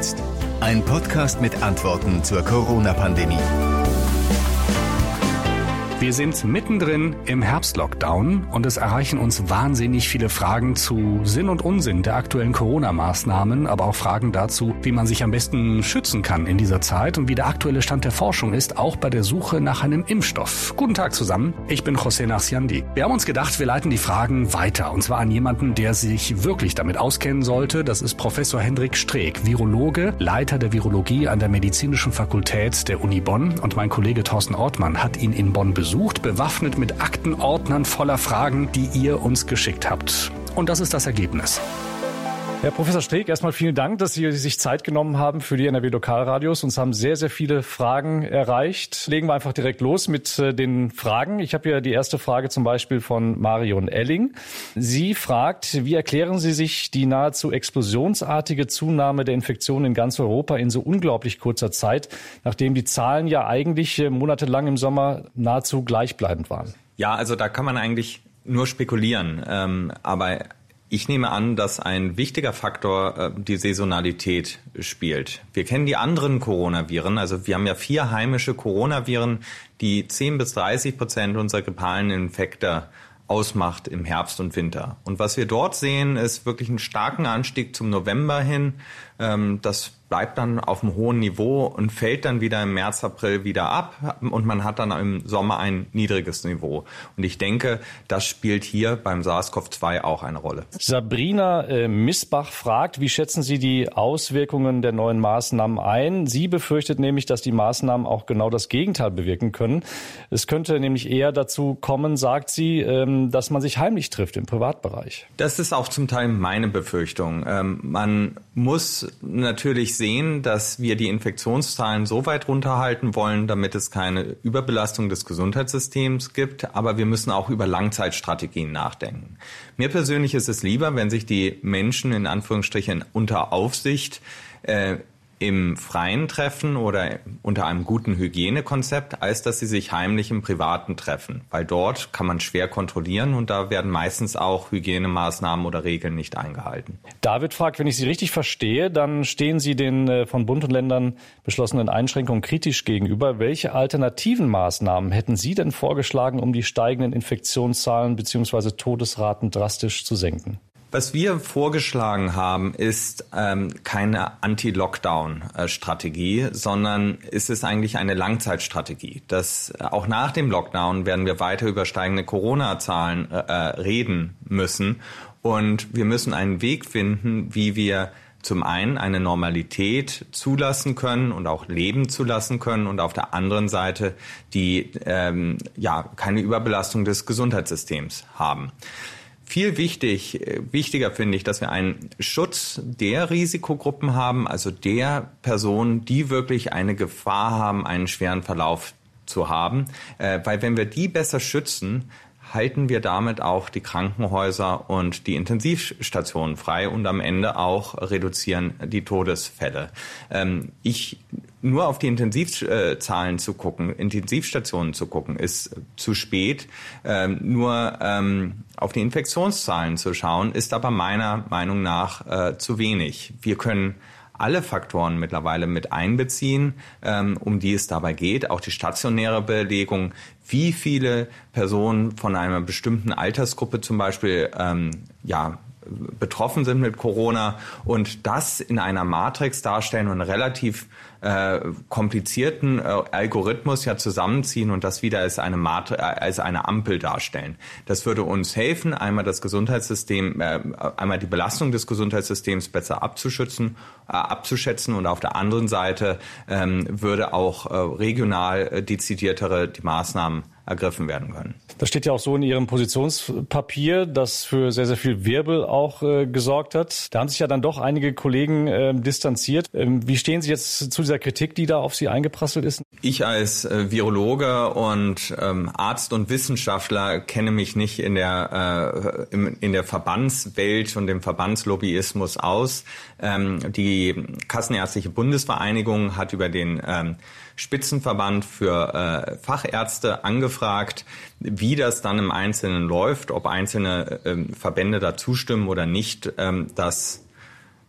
jetzt. Ein Podcast mit Antworten zur Corona-Pandemie. Wir sind mittendrin im Herbstlockdown und es erreichen uns wahnsinnig viele Fragen zu Sinn und Unsinn der aktuellen Corona-Maßnahmen, aber auch Fragen dazu, wie man sich am besten schützen kann in dieser Zeit und wie der aktuelle Stand der Forschung ist, auch bei der Suche nach einem Impfstoff. Guten Tag zusammen, ich bin José Narciandi. Wir haben uns gedacht, wir leiten die Fragen weiter und zwar an jemanden, der sich wirklich damit auskennen sollte. Das ist Professor Hendrik Streeck, Virologe, Leiter der Virologie an der Medizinischen Fakultät der Uni Bonn und mein Kollege Thorsten Ortmann hat ihn in Bonn besucht, bewaffnet mit Aktenordnern voller Fragen, die ihr uns geschickt habt. Und das ist das Ergebnis. Herr Professor Streeck, erstmal vielen Dank, dass Sie sich Zeit genommen haben für die NRW-Lokalradios. Uns haben sehr, sehr viele Fragen erreicht. Legen wir einfach direkt los mit den Fragen. Ich habe hier die erste Frage zum Beispiel von Marion Elling. Sie fragt, wie erklären Sie sich die nahezu explosionsartige Zunahme der Infektionen in ganz Europa in so unglaublich kurzer Zeit, nachdem die Zahlen ja eigentlich monatelang im Sommer nahezu gleichbleibend waren? Ja, also da kann man eigentlich nur spekulieren. Aber ich nehme an, dass ein wichtiger Faktor die Saisonalität spielt. Wir kennen die anderen Coronaviren, also wir haben ja 4 heimische Coronaviren, die 10-30% unserer grippalen Infekte ausmacht im Herbst und Winter. Und was wir dort sehen, ist wirklich einen starken Anstieg zum November hin. Das bleibt dann auf einem hohen Niveau und fällt dann wieder im März, April wieder ab und man hat dann im Sommer ein niedriges Niveau. Und ich denke, das spielt hier beim SARS-CoV-2 auch eine Rolle. Sabrina Missbach fragt, wie schätzen Sie die Auswirkungen der neuen Maßnahmen ein? Sie befürchtet nämlich, dass die Maßnahmen auch genau das Gegenteil bewirken können. Es könnte nämlich eher dazu kommen, sagt sie, dass man sich heimlich trifft im Privatbereich. Das ist auch zum Teil meine Befürchtung. Man muss natürlich sehen, dass wir die Infektionszahlen so weit runterhalten wollen, damit es keine Überbelastung des Gesundheitssystems gibt. Aber wir müssen auch über Langzeitstrategien nachdenken. Mir persönlich ist es lieber, wenn sich die Menschen in Anführungsstrichen unter Aufsicht im Freien treffen oder unter einem guten Hygienekonzept, als dass sie sich heimlich im Privaten treffen. Weil dort kann man schwer kontrollieren und da werden meistens auch Hygienemaßnahmen oder Regeln nicht eingehalten. David fragt, wenn ich Sie richtig verstehe, dann stehen Sie den von Bund und Ländern beschlossenen Einschränkungen kritisch gegenüber. Welche alternativen Maßnahmen hätten Sie denn vorgeschlagen, um die steigenden Infektionszahlen bzw. Todesraten drastisch zu senken? Was wir vorgeschlagen haben, ist keine Anti-Lockdown-Strategie, sondern es ist eigentlich eine Langzeitstrategie. Dass auch nach dem Lockdown werden wir weiter über steigende Corona-Zahlen reden müssen. Und wir müssen einen Weg finden, wie wir zum einen eine Normalität zulassen können und auch leben zulassen können und auf der anderen Seite die keine Überbelastung des Gesundheitssystems haben. Viel wichtiger finde ich, dass wir einen Schutz der Risikogruppen haben, also der Personen, die wirklich eine Gefahr haben, einen schweren Verlauf zu haben. Weil wenn wir die besser schützen, halten wir damit auch die Krankenhäuser und die Intensivstationen frei und am Ende auch reduzieren die Todesfälle. Nur auf die Intensivzahlen zu gucken, Intensivstationen zu gucken, ist zu spät. Nur auf die Infektionszahlen zu schauen, ist aber meiner Meinung nach zu wenig. Wir können alle Faktoren mittlerweile mit einbeziehen, um die es dabei geht. Auch die stationäre Belegung, wie viele Personen von einer bestimmten Altersgruppe zum Beispiel betroffen sind mit Corona und das in einer Matrix darstellen und einen relativ komplizierten Algorithmus zusammenziehen und das wieder als eine Ampel darstellen. Das würde uns helfen, einmal das Gesundheitssystem, einmal die Belastung des Gesundheitssystems besser abzuschätzen und auf der anderen Seite würde auch regional dezidiertere die Maßnahmen ergriffen werden können. Das steht ja auch so in Ihrem Positionspapier, das für sehr, sehr viel Wirbel auch gesorgt hat. Da haben sich ja dann doch einige Kollegen distanziert. Wie stehen Sie jetzt zu dieser Kritik, die da auf Sie eingeprasselt ist? Ich als Virologe und Arzt und Wissenschaftler kenne mich nicht in der Verbandswelt und dem Verbandslobbyismus aus. Die Kassenärztliche Bundesvereinigung hat über den Spitzenverband für Fachärzte angefragt, wie das dann im Einzelnen läuft, ob einzelne Verbände da zustimmen oder nicht. Das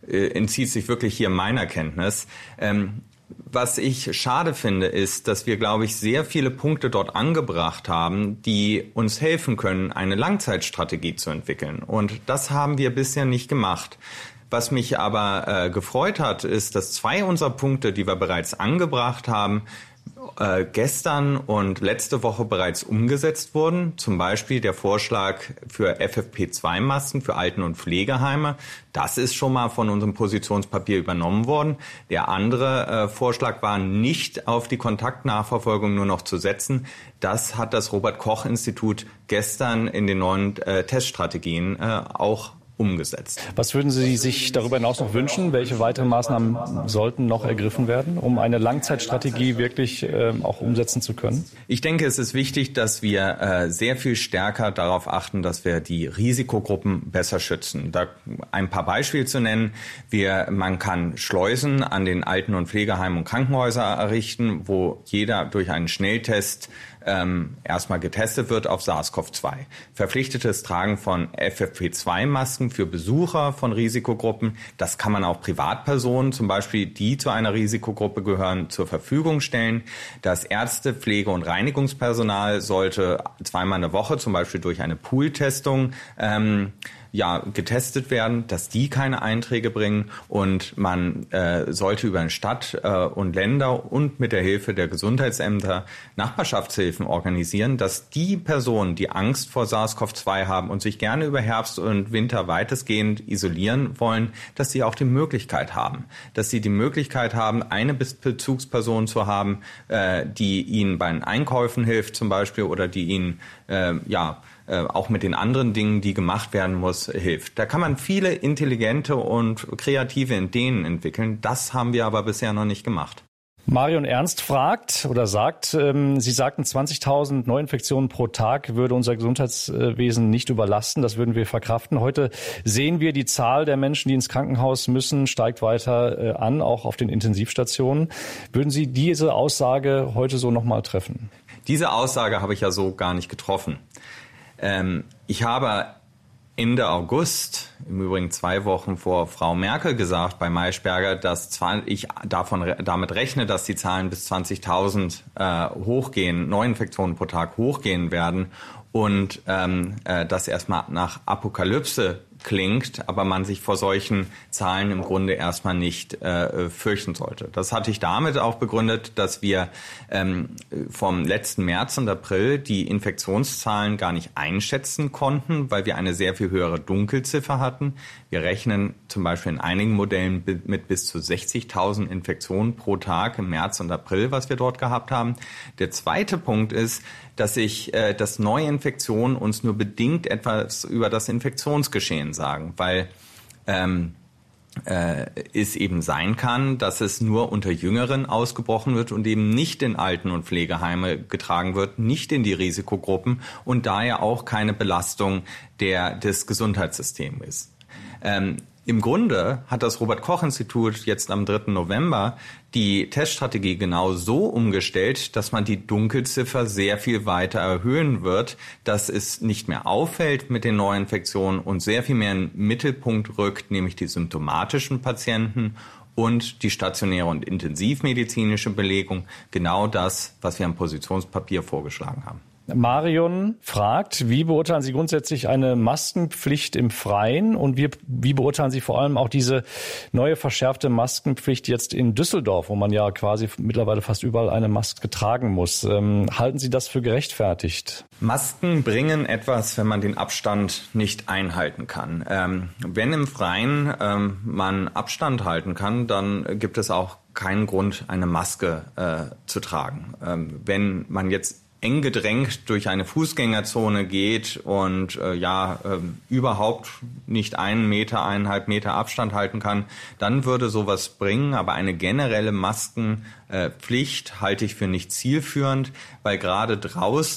entzieht sich wirklich hier meiner Kenntnis. Was ich schade finde, ist, dass wir, glaube ich, sehr viele Punkte dort angebracht haben, die uns helfen können, eine Langzeitstrategie zu entwickeln. Und das haben wir bisher nicht gemacht. Was mich aber gefreut hat, ist, dass 2 unserer Punkte, die wir bereits angebracht haben, gestern und letzte Woche bereits umgesetzt wurden. Zum Beispiel der Vorschlag für FFP2-Masken für Alten- und Pflegeheime. Das ist schon mal von unserem Positionspapier übernommen worden. Der andere Vorschlag war, nicht auf die Kontaktnachverfolgung nur noch zu setzen. Das hat das Robert-Koch-Institut gestern in den neuen Teststrategien auch umgesetzt. Was würden Sie sich darüber hinaus noch wünschen? Welche weiteren Maßnahmen sollten noch ergriffen werden, um eine Langzeitstrategie wirklich auch umsetzen zu können? Ich denke, es ist wichtig, dass wir sehr viel stärker darauf achten, dass wir die Risikogruppen besser schützen. Da ein paar Beispiele zu nennen. Man kann Schleusen an den Alten- und Pflegeheimen und Krankenhäusern errichten, wo jeder durch einen Schnelltest erstmal getestet wird auf SARS-CoV-2. Verpflichtetes Tragen von FFP2-Masken für Besucher von Risikogruppen. Das kann man auch Privatpersonen, zum Beispiel die zu einer Risikogruppe gehören, zur Verfügung stellen. Das Ärzte-, Pflege- und Reinigungspersonal sollte 2-mal in der Woche, zum Beispiel durch eine Pooltestung, getestet werden, dass die keine Einträge bringen, und man sollte über eine Stadt und Länder und mit der Hilfe der Gesundheitsämter Nachbarschaftshilfen organisieren, dass die Personen, die Angst vor SARS-CoV-2 haben und sich gerne über Herbst und Winter weitestgehend isolieren wollen, dass sie auch die Möglichkeit haben. Dass sie die Möglichkeit haben, eine Bezugsperson zu haben, die ihnen bei den Einkäufen hilft zum Beispiel, oder die ihnen auch mit den anderen Dingen, die gemacht werden muss, hilft. Da kann man viele intelligente und kreative Ideen entwickeln. Das haben wir aber bisher noch nicht gemacht. Marion Ernst fragt oder sagt, Sie sagten, 20.000 Neuinfektionen pro Tag würde unser Gesundheitswesen nicht überlasten. Das würden wir verkraften. Heute sehen wir, die Zahl der Menschen, die ins Krankenhaus müssen, steigt weiter an, auch auf den Intensivstationen. Würden Sie diese Aussage heute so nochmal treffen? Diese Aussage habe ich ja so gar nicht getroffen. Ich habe Ende August, im Übrigen 2 Wochen vor Frau Merkel, gesagt bei Maischberger, dass ich damit rechne, dass die Zahlen bis 20.000 hochgehen, Neuinfektionen pro Tag hochgehen werden, und das erstmal nach Apokalypse klingt, aber man sich vor solchen Zahlen im Grunde erstmal nicht fürchten sollte. Das hatte ich damit auch begründet, dass wir vom letzten März und April die Infektionszahlen gar nicht einschätzen konnten, weil wir eine sehr viel höhere Dunkelziffer hatten. Wir rechnen zum Beispiel in einigen Modellen mit bis zu 60.000 Infektionen pro Tag im März und April, was wir dort gehabt haben. Der zweite Punkt ist, dass Neuinfektionen uns nur bedingt etwas über das Infektionsgeschehen sagen, weil es eben sein kann, dass es nur unter Jüngeren ausgebrochen wird und eben nicht in Alten- und Pflegeheime getragen wird, nicht in die Risikogruppen und daher auch keine Belastung des Gesundheitssystems ist. Im Grunde hat das Robert-Koch-Institut jetzt am 3. November die Teststrategie genau so umgestellt, dass man die Dunkelziffer sehr viel weiter erhöhen wird, dass es nicht mehr auffällt mit den Neuinfektionen und sehr viel mehr in den Mittelpunkt rückt, nämlich die symptomatischen Patienten und die stationäre und intensivmedizinische Belegung. Genau das, was wir am Positionspapier vorgeschlagen haben. Marion fragt, wie beurteilen Sie grundsätzlich eine Maskenpflicht im Freien und wie beurteilen Sie vor allem auch diese neue verschärfte Maskenpflicht jetzt in Düsseldorf, wo man ja quasi mittlerweile fast überall eine Maske tragen muss. Halten Sie das für gerechtfertigt? Masken bringen etwas, wenn man den Abstand nicht einhalten kann. Wenn im Freien man Abstand halten kann, dann gibt es auch keinen Grund, eine Maske zu tragen. Wenn man jetzt eng gedrängt durch eine Fußgängerzone geht und überhaupt nicht 1 Meter, 1,5 Meter Abstand halten kann, dann würde sowas bringen. Aber eine generelle Maskenpflicht halte ich für nicht zielführend, weil gerade draußen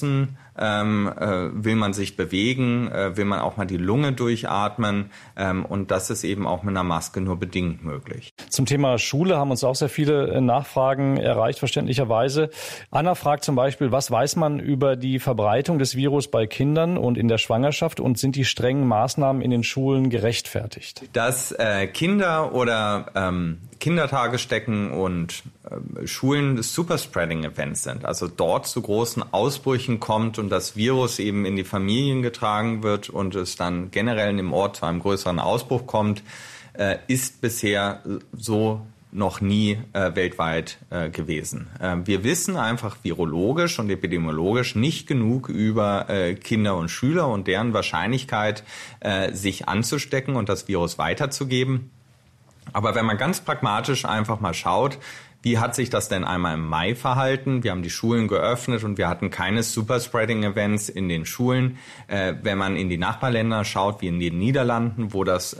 will man sich bewegen, will man auch mal die Lunge durchatmen und das ist eben auch mit einer Maske nur bedingt möglich. Zum Thema Schule haben uns auch sehr viele Nachfragen erreicht, verständlicherweise. Anna fragt zum Beispiel, was weiß man über die Verbreitung des Virus bei Kindern und in der Schwangerschaft und sind die strengen Maßnahmen in den Schulen gerechtfertigt? Dass Kinder oder Kindertagesstätten und Schulen Superspreading-Events sind, also dort zu großen Ausbrüchen kommt und das Virus eben in die Familien getragen wird und es dann generell im Ort zu einem größeren Ausbruch kommt, ist bisher so noch nie weltweit gewesen. Wir wissen einfach virologisch und epidemiologisch nicht genug über Kinder und Schüler und deren Wahrscheinlichkeit, sich anzustecken und das Virus weiterzugeben. Aber wenn man ganz pragmatisch einfach mal schaut, wie hat sich das denn einmal im Mai verhalten? Wir haben die Schulen geöffnet und wir hatten keine Superspreading-Events in den Schulen. Wenn man in die Nachbarländer schaut, wie in den Niederlanden, wo das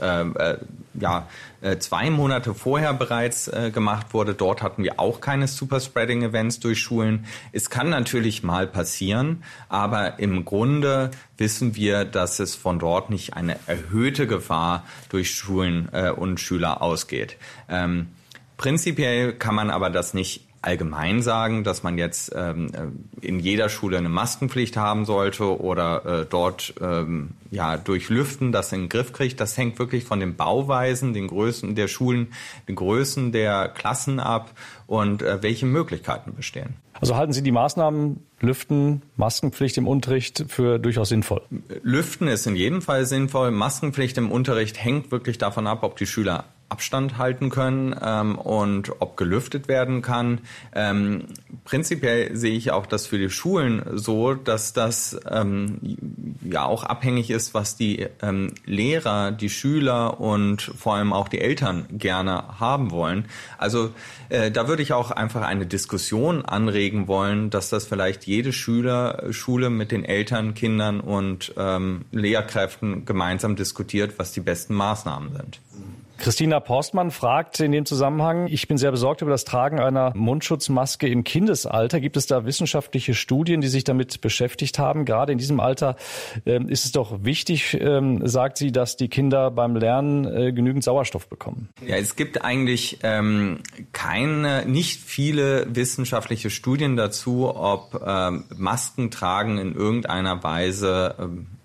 2 Monate vorher bereits gemacht wurde, dort hatten wir auch keine Superspreading-Events durch Schulen. Es kann natürlich mal passieren, aber im Grunde wissen wir, dass es von dort nicht eine erhöhte Gefahr durch Schulen und Schüler ausgeht. Prinzipiell kann man aber das nicht allgemein sagen, dass man jetzt in jeder Schule eine Maskenpflicht haben sollte oder dort durch Lüften das in den Griff kriegt. Das hängt wirklich von den Bauweisen, den Größen der Schulen, den Größen der Klassen ab und welche Möglichkeiten bestehen. Also halten Sie die Maßnahmen Lüften, Maskenpflicht im Unterricht für durchaus sinnvoll? Lüften ist in jedem Fall sinnvoll. Maskenpflicht im Unterricht hängt wirklich davon ab, ob die Schüler Abstand halten können und ob gelüftet werden kann. Prinzipiell sehe ich auch das für die Schulen so, dass das auch abhängig ist, was die Lehrer, die Schüler und vor allem auch die Eltern gerne haben wollen. Also da würde ich auch einfach eine Diskussion anregen wollen, dass das vielleicht jede Schule mit den Eltern, Kindern und Lehrkräften gemeinsam diskutiert, was die besten Maßnahmen sind. Christina Postmann fragt in dem Zusammenhang, ich bin sehr besorgt über das Tragen einer Mundschutzmaske im Kindesalter. Gibt es da wissenschaftliche Studien, die sich damit beschäftigt haben? Gerade in diesem Alter ist es doch wichtig, sagt sie, dass die Kinder beim Lernen genügend Sauerstoff bekommen. Ja, es gibt eigentlich nicht viele wissenschaftliche Studien dazu, ob Maskentragen in irgendeiner Weise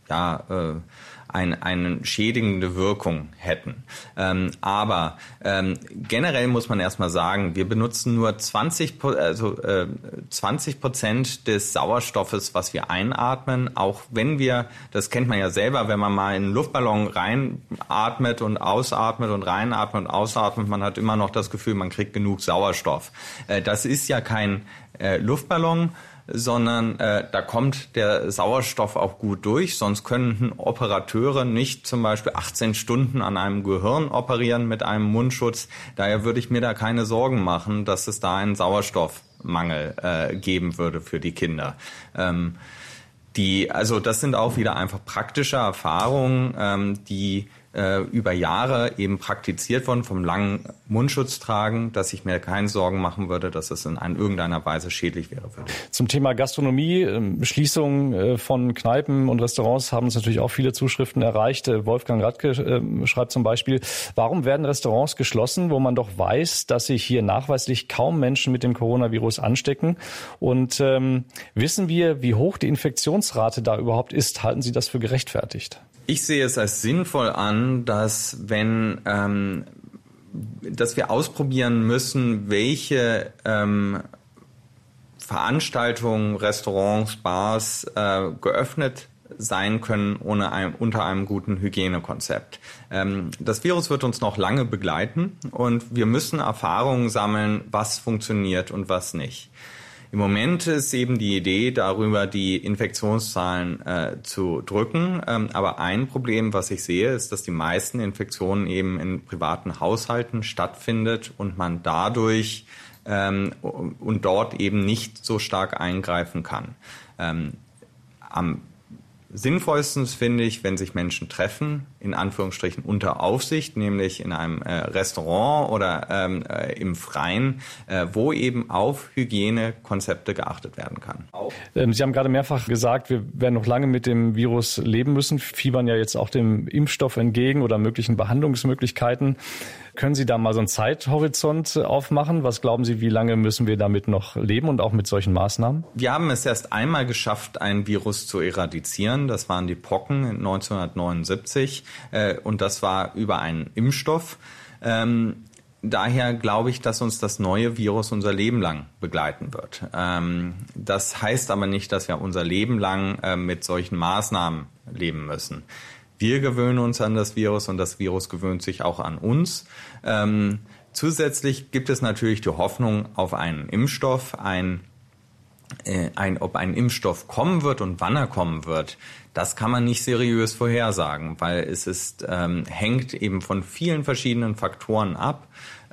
eine schädigende Wirkung hätten. Aber generell muss man erstmal sagen, wir benutzen nur 20% des Sauerstoffes, was wir einatmen, auch wenn wir, das kennt man ja selber, wenn man mal in einen Luftballon reinatmet und ausatmet und reinatmet und ausatmet, man hat immer noch das Gefühl, man kriegt genug Sauerstoff. Das ist ja kein Luftballon, sondern da kommt der Sauerstoff auch gut durch. Sonst könnten Operateure nicht zum Beispiel 18 Stunden an einem Gehirn operieren mit einem Mundschutz. Daher würde ich mir da keine Sorgen machen, dass es da einen Sauerstoffmangel geben würde für die Kinder. Das sind auch wieder einfach praktische Erfahrungen, die über Jahre eben praktiziert wurden vom langen Mundschutztragen, dass ich mir keine Sorgen machen würde, dass es in irgendeiner Weise schädlich wäre für die. Zum Thema Gastronomie, Schließung von Kneipen und Restaurants haben uns natürlich auch viele Zuschriften erreicht. Wolfgang Radke schreibt zum Beispiel, warum werden Restaurants geschlossen, wo man doch weiß, dass sich hier nachweislich kaum Menschen mit dem Coronavirus anstecken? Und wissen wir, wie hoch die Infektionsrate da überhaupt ist? Halten Sie das für gerechtfertigt? Ich sehe es als sinnvoll an, dass wir ausprobieren müssen, welche Veranstaltungen, Restaurants, Bars geöffnet sein können unter einem guten Hygienekonzept. Das Virus wird uns noch lange begleiten und wir müssen Erfahrungen sammeln, was funktioniert und was nicht. Im Moment ist eben die Idee, darüber die Infektionszahlen zu drücken. Aber ein Problem, was ich sehe, ist, dass die meisten Infektionen eben in privaten Haushalten stattfindet und man dadurch und dort eben nicht so stark eingreifen kann. Am sinnvollstens finde ich, wenn sich Menschen treffen, in Anführungsstrichen unter Aufsicht, nämlich in einem Restaurant oder im Freien, wo eben auf Hygienekonzepte geachtet werden kann. Sie haben gerade mehrfach gesagt, wir werden noch lange mit dem Virus leben müssen, fiebern ja jetzt auch dem Impfstoff entgegen oder möglichen Behandlungsmöglichkeiten. Können Sie da mal so einen Zeithorizont aufmachen? Was glauben Sie, wie lange müssen wir damit noch leben und auch mit solchen Maßnahmen? Wir haben es erst einmal geschafft, ein Virus zu eradicieren. Das waren die Pocken 1979 und das war über einen Impfstoff. Daher glaube ich, dass uns das neue Virus unser Leben lang begleiten wird. Das heißt aber nicht, dass wir unser Leben lang mit solchen Maßnahmen leben müssen. Wir gewöhnen uns an das Virus und das Virus gewöhnt sich auch an uns. Zusätzlich gibt es natürlich die Hoffnung auf einen Impfstoff. Ob ein Impfstoff kommen wird und wann er kommen wird, das kann man nicht seriös vorhersagen, weil es hängt eben von vielen verschiedenen Faktoren ab.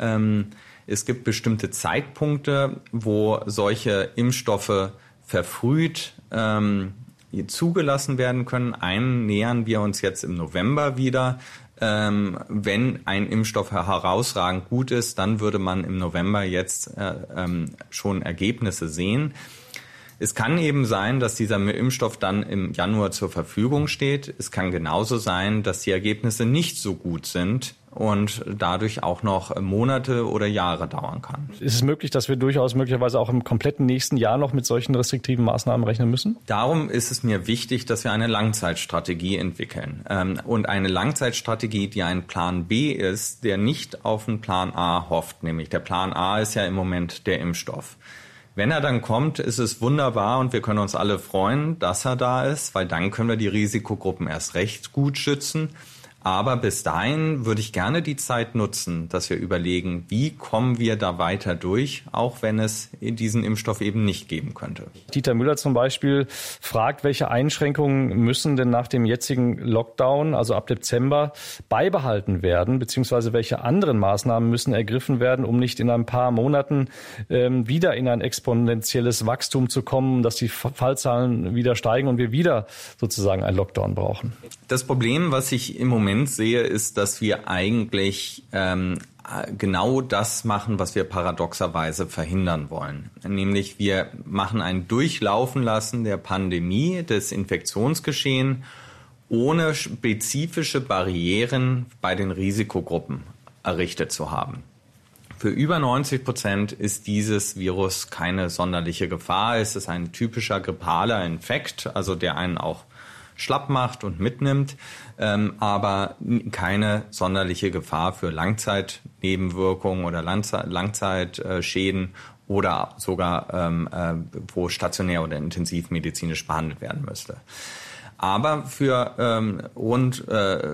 Es gibt bestimmte Zeitpunkte, wo solche Impfstoffe verfrüht zugelassen werden können. Einen nähern wir uns jetzt im November wieder. Wenn ein Impfstoff herausragend gut ist, dann würde man im November jetzt schon Ergebnisse sehen. Es kann eben sein, dass dieser Impfstoff dann im Januar zur Verfügung steht. Es kann genauso sein, dass die Ergebnisse nicht so gut sind und dadurch auch noch Monate oder Jahre dauern kann. Ist es möglich, dass wir durchaus möglicherweise auch im kompletten nächsten Jahr noch mit solchen restriktiven Maßnahmen rechnen müssen? Darum ist es mir wichtig, dass wir eine Langzeitstrategie entwickeln. Und eine Langzeitstrategie, die ein Plan B ist, der nicht auf einen Plan A hofft. Nämlich der Plan A ist ja im Moment der Impfstoff. Wenn er dann kommt, ist es wunderbar und wir können uns alle freuen, dass er da ist, weil dann können wir die Risikogruppen erst recht gut schützen. Aber bis dahin würde ich gerne die Zeit nutzen, dass wir überlegen, wie kommen wir da weiter durch, auch wenn es diesen Impfstoff eben nicht geben könnte. Dieter Müller zum Beispiel fragt, welche Einschränkungen müssen denn nach dem jetzigen Lockdown, also ab Dezember, beibehalten werden, beziehungsweise welche anderen Maßnahmen müssen ergriffen werden, um nicht in ein paar Monaten wieder in ein exponentielles Wachstum zu kommen, dass die Fallzahlen wieder steigen und wir wieder sozusagen einen Lockdown brauchen. Das Problem, was ich im Moment sehe, ist, dass wir eigentlich genau das machen, was wir paradoxerweise verhindern wollen. Nämlich wir machen ein Durchlaufen lassen der Pandemie, des Infektionsgeschehens, ohne spezifische Barrieren bei den Risikogruppen errichtet zu haben. Für über 90% ist dieses Virus keine sonderliche Gefahr. Es ist ein typischer grippaler Infekt, also der einen auch schlapp macht und mitnimmt, aber keine sonderliche Gefahr für Langzeitnebenwirkungen oder Langzeitschäden oder sogar wo stationär oder intensivmedizinisch behandelt werden müsste. Aber für rund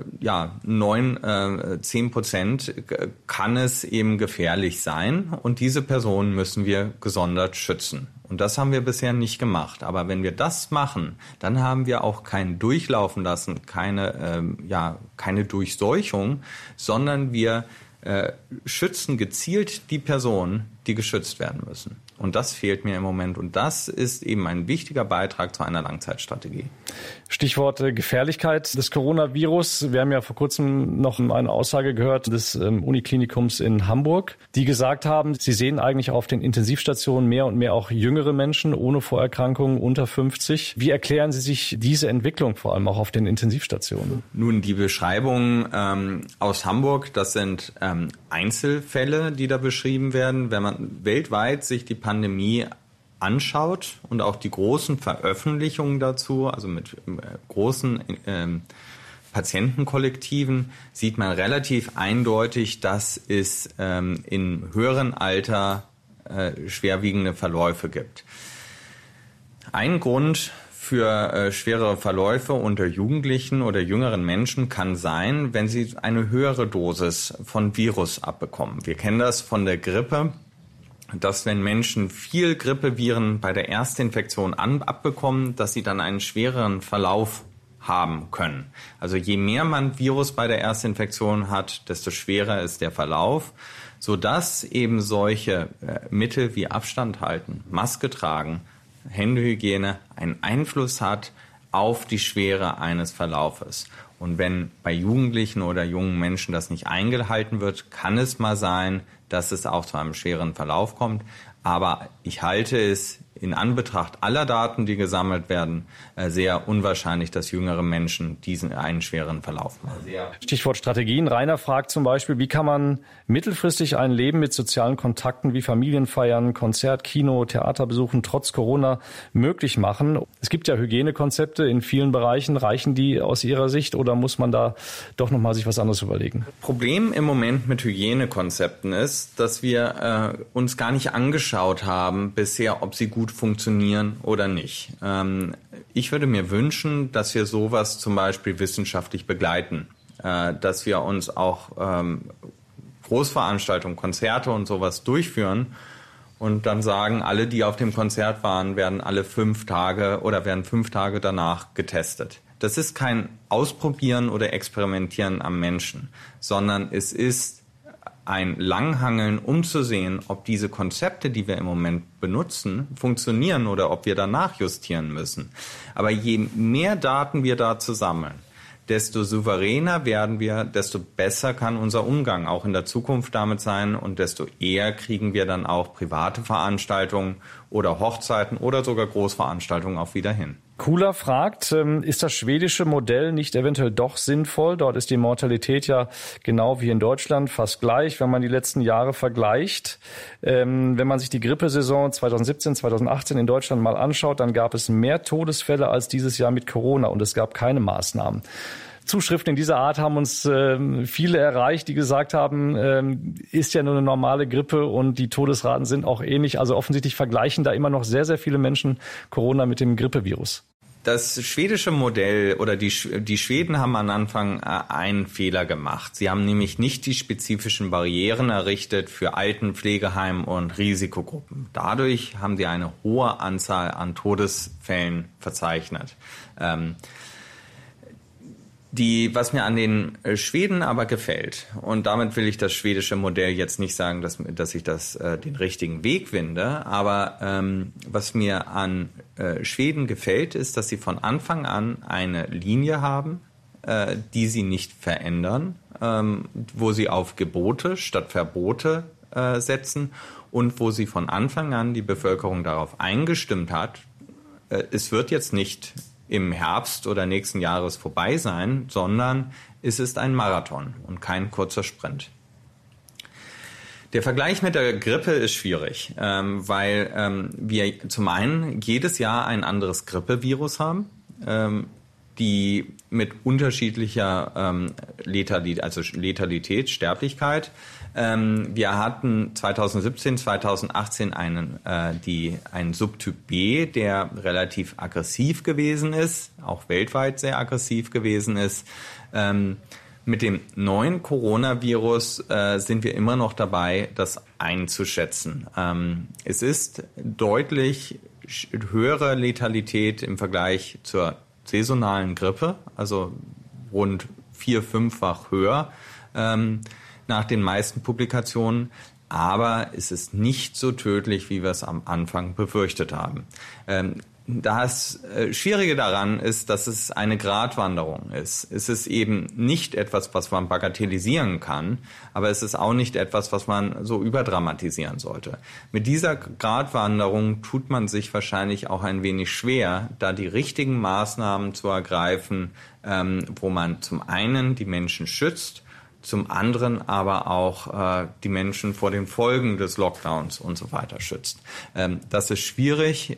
10% kann es eben gefährlich sein und diese Personen müssen wir gesondert schützen. Und das haben wir bisher nicht gemacht. Aber wenn wir das machen, dann haben wir auch kein Durchlaufen lassen, keine Durchseuchung, sondern wir schützen gezielt die Personen, die geschützt werden müssen. Und das fehlt mir im Moment. Und das ist eben ein wichtiger Beitrag zu einer Langzeitstrategie. Stichwort Gefährlichkeit des Coronavirus. Wir haben ja vor kurzem noch eine Aussage gehört des Uniklinikums in Hamburg, die gesagt haben, sie sehen eigentlich auf den Intensivstationen mehr und mehr auch jüngere Menschen ohne Vorerkrankungen unter 50. Wie erklären Sie sich diese Entwicklung vor allem auch auf den Intensivstationen? Nun, die Beschreibungen aus Hamburg, das sind Einzelfälle, die da beschrieben werden. Wenn man weltweit sich die Pandemie anschaut und auch die großen Veröffentlichungen dazu, also mit großen Patientenkollektiven, sieht man relativ eindeutig, dass es in höherem Alter schwerwiegende Verläufe gibt. Ein Grund für schwerere Verläufe unter Jugendlichen oder jüngeren Menschen kann sein, wenn sie eine höhere Dosis von Virus abbekommen. Wir kennen das von der Grippe, dass wenn Menschen viel Grippeviren bei der Erstinfektion abbekommen, dass sie dann einen schwereren Verlauf haben können. Also je mehr man Virus bei der Erstinfektion hat, desto schwerer ist der Verlauf, sodass eben solche Mittel wie Abstand halten, Maske tragen, Händehygiene einen Einfluss hat auf die Schwere eines Verlaufes. Und wenn bei Jugendlichen oder jungen Menschen das nicht eingehalten wird, kann es mal sein, dass es auch zu einem schweren Verlauf kommt. Aber ich halte es in Anbetracht aller Daten, die gesammelt werden, sehr unwahrscheinlich, dass jüngere Menschen einen schweren Verlauf machen. Stichwort Strategien. Rainer fragt zum Beispiel, wie kann man mittelfristig ein Leben mit sozialen Kontakten wie Familienfeiern, Konzert, Kino, Theaterbesuchen trotz Corona möglich machen? Es gibt ja Hygienekonzepte in vielen Bereichen. Reichen die aus Ihrer Sicht oder muss man da doch nochmal sich was anderes überlegen? Problem im Moment mit Hygienekonzepten ist, dass wir uns gar nicht angeschaut haben bisher, ob sie gut funktionieren oder nicht. Ich würde mir wünschen, dass wir sowas zum Beispiel wissenschaftlich begleiten, dass wir uns auch Großveranstaltungen, Konzerte und sowas durchführen und dann sagen, alle, die auf dem Konzert waren, werden 5 Tage danach getestet. Das ist kein Ausprobieren oder Experimentieren am Menschen, sondern es ist ein Langhangeln, um zu sehen, ob diese Konzepte, die wir im Moment benutzen, funktionieren oder ob wir danach justieren müssen. Aber je mehr Daten wir dazu sammeln, desto souveräner werden wir, desto besser kann unser Umgang auch in der Zukunft damit sein und desto eher kriegen wir dann auch private Veranstaltungen oder Hochzeiten oder sogar Großveranstaltungen auch wieder hin. Kula fragt, ist das schwedische Modell nicht eventuell doch sinnvoll? Dort ist die Mortalität ja genau wie in Deutschland fast gleich, wenn man die letzten Jahre vergleicht. Wenn man sich die Grippesaison 2017, 2018 in Deutschland mal anschaut, dann gab es mehr Todesfälle als dieses Jahr mit Corona und es gab keine Maßnahmen. Zuschriften in dieser Art haben uns viele erreicht, die gesagt haben, ist ja nur eine normale Grippe und die Todesraten sind auch ähnlich. Also offensichtlich vergleichen da immer noch sehr, sehr viele Menschen Corona mit dem Grippevirus. Das schwedische Modell oder die Schweden haben am Anfang einen Fehler gemacht. Sie haben nämlich nicht die spezifischen Barrieren errichtet für Altenpflegeheim und Risikogruppen. Dadurch haben sie eine hohe Anzahl an Todesfällen verzeichnet. Was mir an den Schweden aber gefällt, und damit will ich das schwedische Modell jetzt nicht sagen, dass ich den richtigen Weg finde, aber was mir an Schweden gefällt, ist, dass sie von Anfang an eine Linie haben, die sie nicht verändern, wo sie auf Gebote statt Verbote setzen und wo sie von Anfang an die Bevölkerung darauf eingestimmt hat, es wird jetzt nicht im Herbst oder nächsten Jahres vorbei sein, sondern es ist ein Marathon und kein kurzer Sprint. Der Vergleich mit der Grippe ist schwierig, weil wir zum einen jedes Jahr ein anderes Grippevirus haben, die mit unterschiedlicher Letalität, Sterblichkeit. Wir hatten 2017, 2018 einen Subtyp B, der relativ aggressiv gewesen ist, auch weltweit sehr aggressiv gewesen ist. Mit dem neuen Coronavirus sind wir immer noch dabei, das einzuschätzen. Es ist deutlich höhere Letalität im Vergleich zur saisonalen Grippe, also rund 4-5-fach höher nach den meisten Publikationen, aber es ist nicht so tödlich, wie wir es am Anfang befürchtet haben. Das Schwierige daran ist, dass es eine Gratwanderung ist. Es ist eben nicht etwas, was man bagatellisieren kann, aber es ist auch nicht etwas, was man so überdramatisieren sollte. Mit dieser Gratwanderung tut man sich wahrscheinlich auch ein wenig schwer, da die richtigen Maßnahmen zu ergreifen, wo man zum einen die Menschen schützt, zum anderen aber auch die Menschen vor den Folgen des Lockdowns und so weiter schützt. Das ist schwierig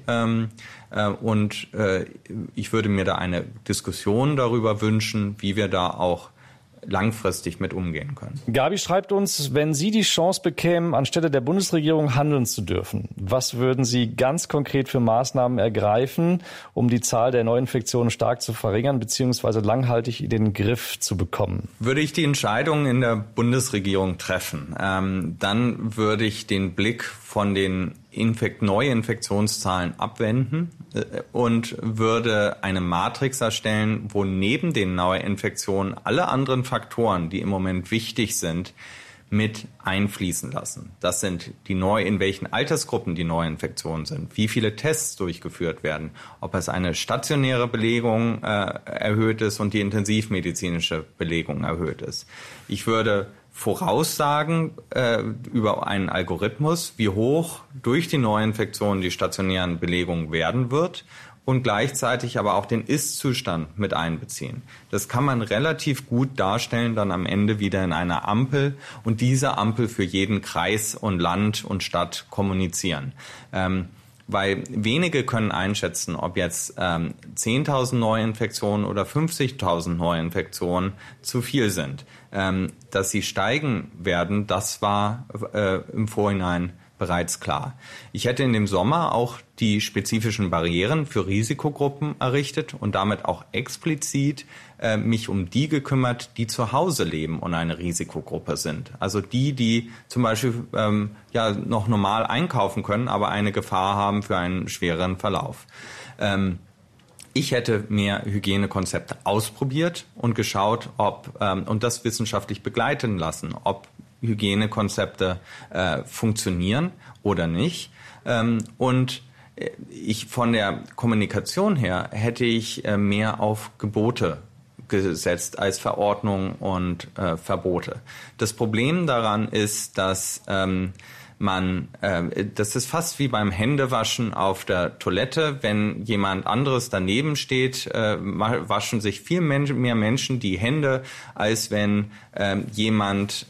und ich würde mir da eine Diskussion darüber wünschen, wie wir da auch langfristig mit umgehen können. Gabi schreibt uns, wenn Sie die Chance bekämen, anstelle der Bundesregierung handeln zu dürfen, was würden Sie ganz konkret für Maßnahmen ergreifen, um die Zahl der Neuinfektionen stark zu verringern bzw. langhaltig in den Griff zu bekommen? Würde ich die Entscheidung in der Bundesregierung treffen, dann würde ich den Blick von den Neuinfektionszahlen abwenden und würde eine Matrix erstellen, wo neben den Neuinfektionen alle anderen Faktoren, die im Moment wichtig sind, mit einfließen lassen. Das sind in welchen Altersgruppen die Neuinfektionen sind, wie viele Tests durchgeführt werden, ob es eine stationäre Belegung erhöht ist und die intensivmedizinische Belegung erhöht ist. Ich würde voraussagen über einen Algorithmus, wie hoch durch die Neuinfektion die stationären Belegungen werden wird und gleichzeitig aber auch den Ist-Zustand mit einbeziehen. Das kann man relativ gut darstellen, dann am Ende wieder in einer Ampel und diese Ampel für jeden Kreis und Land und Stadt kommunizieren. Weil wenige können einschätzen, ob jetzt 10.000 Neuinfektionen oder 50.000 Neuinfektionen zu viel sind. Dass sie steigen werden, das war im Vorhinein bereits klar. Ich hätte in dem Sommer auch die spezifischen Barrieren für Risikogruppen errichtet und damit auch explizit mich um die gekümmert, die zu Hause leben und eine Risikogruppe sind. Also die zum Beispiel noch normal einkaufen können, aber eine Gefahr haben für einen schwereren Verlauf. Ich hätte mehr Hygienekonzepte ausprobiert und geschaut, und das wissenschaftlich begleiten lassen, ob Hygienekonzepte funktionieren oder nicht. Und ich von der Kommunikation her hätte ich mehr auf Gebote gesetzt als Verordnungen und Verbote. Das Problem daran ist, dass das ist fast wie beim Händewaschen auf der Toilette. Wenn jemand anderes daneben steht, waschen sich viel mehr Menschen die Hände, als wenn jemand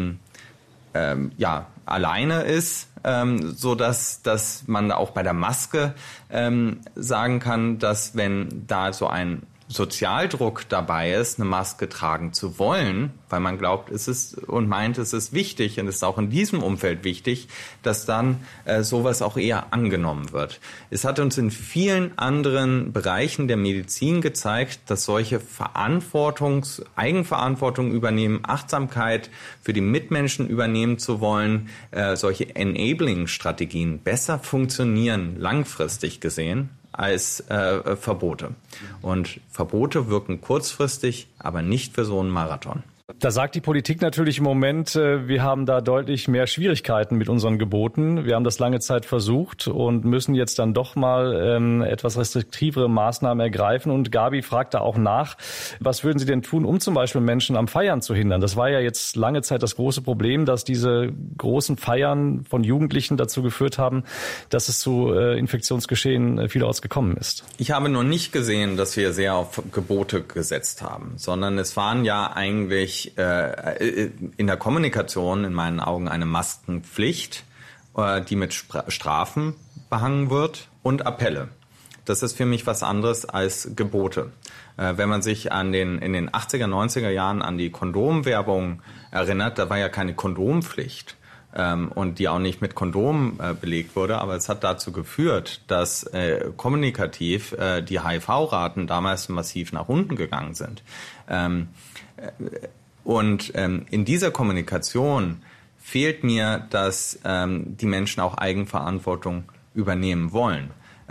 alleine ist, so dass man auch bei der Maske sagen kann, dass wenn da so ein Sozialdruck dabei ist, eine Maske tragen zu wollen, weil man glaubt, es ist wichtig und es ist auch in diesem Umfeld wichtig, dass dann sowas auch eher angenommen wird. Es hat uns in vielen anderen Bereichen der Medizin gezeigt, dass solche Eigenverantwortung übernehmen, Achtsamkeit für die Mitmenschen übernehmen zu wollen, solche Enabling-Strategien besser funktionieren, langfristig gesehen, als Verbote. Und Verbote wirken kurzfristig, aber nicht für so einen Marathon. Da sagt die Politik natürlich im Moment, wir haben da deutlich mehr Schwierigkeiten mit unseren Geboten. Wir haben das lange Zeit versucht und müssen jetzt dann doch mal etwas restriktivere Maßnahmen ergreifen. Und Gabi fragt da auch nach, was würden Sie denn tun, um zum Beispiel Menschen am Feiern zu hindern? Das war ja jetzt lange Zeit das große Problem, dass diese großen Feiern von Jugendlichen dazu geführt haben, dass es zu Infektionsgeschehen vielerorts gekommen ist. Ich habe noch nicht gesehen, dass wir sehr auf Gebote gesetzt haben, sondern es waren ja eigentlich in der Kommunikation in meinen Augen eine Maskenpflicht, die mit Strafen behangen wird und Appelle. Das ist für mich was anderes als Gebote. Wenn man sich in den 80er, 90er Jahren an die Kondomwerbung erinnert, da war ja keine Kondompflicht und die auch nicht mit Kondom belegt wurde, aber es hat dazu geführt, dass kommunikativ die HIV-Raten damals massiv nach unten gegangen sind. Und in dieser Kommunikation fehlt mir, dass die Menschen auch Eigenverantwortung übernehmen wollen.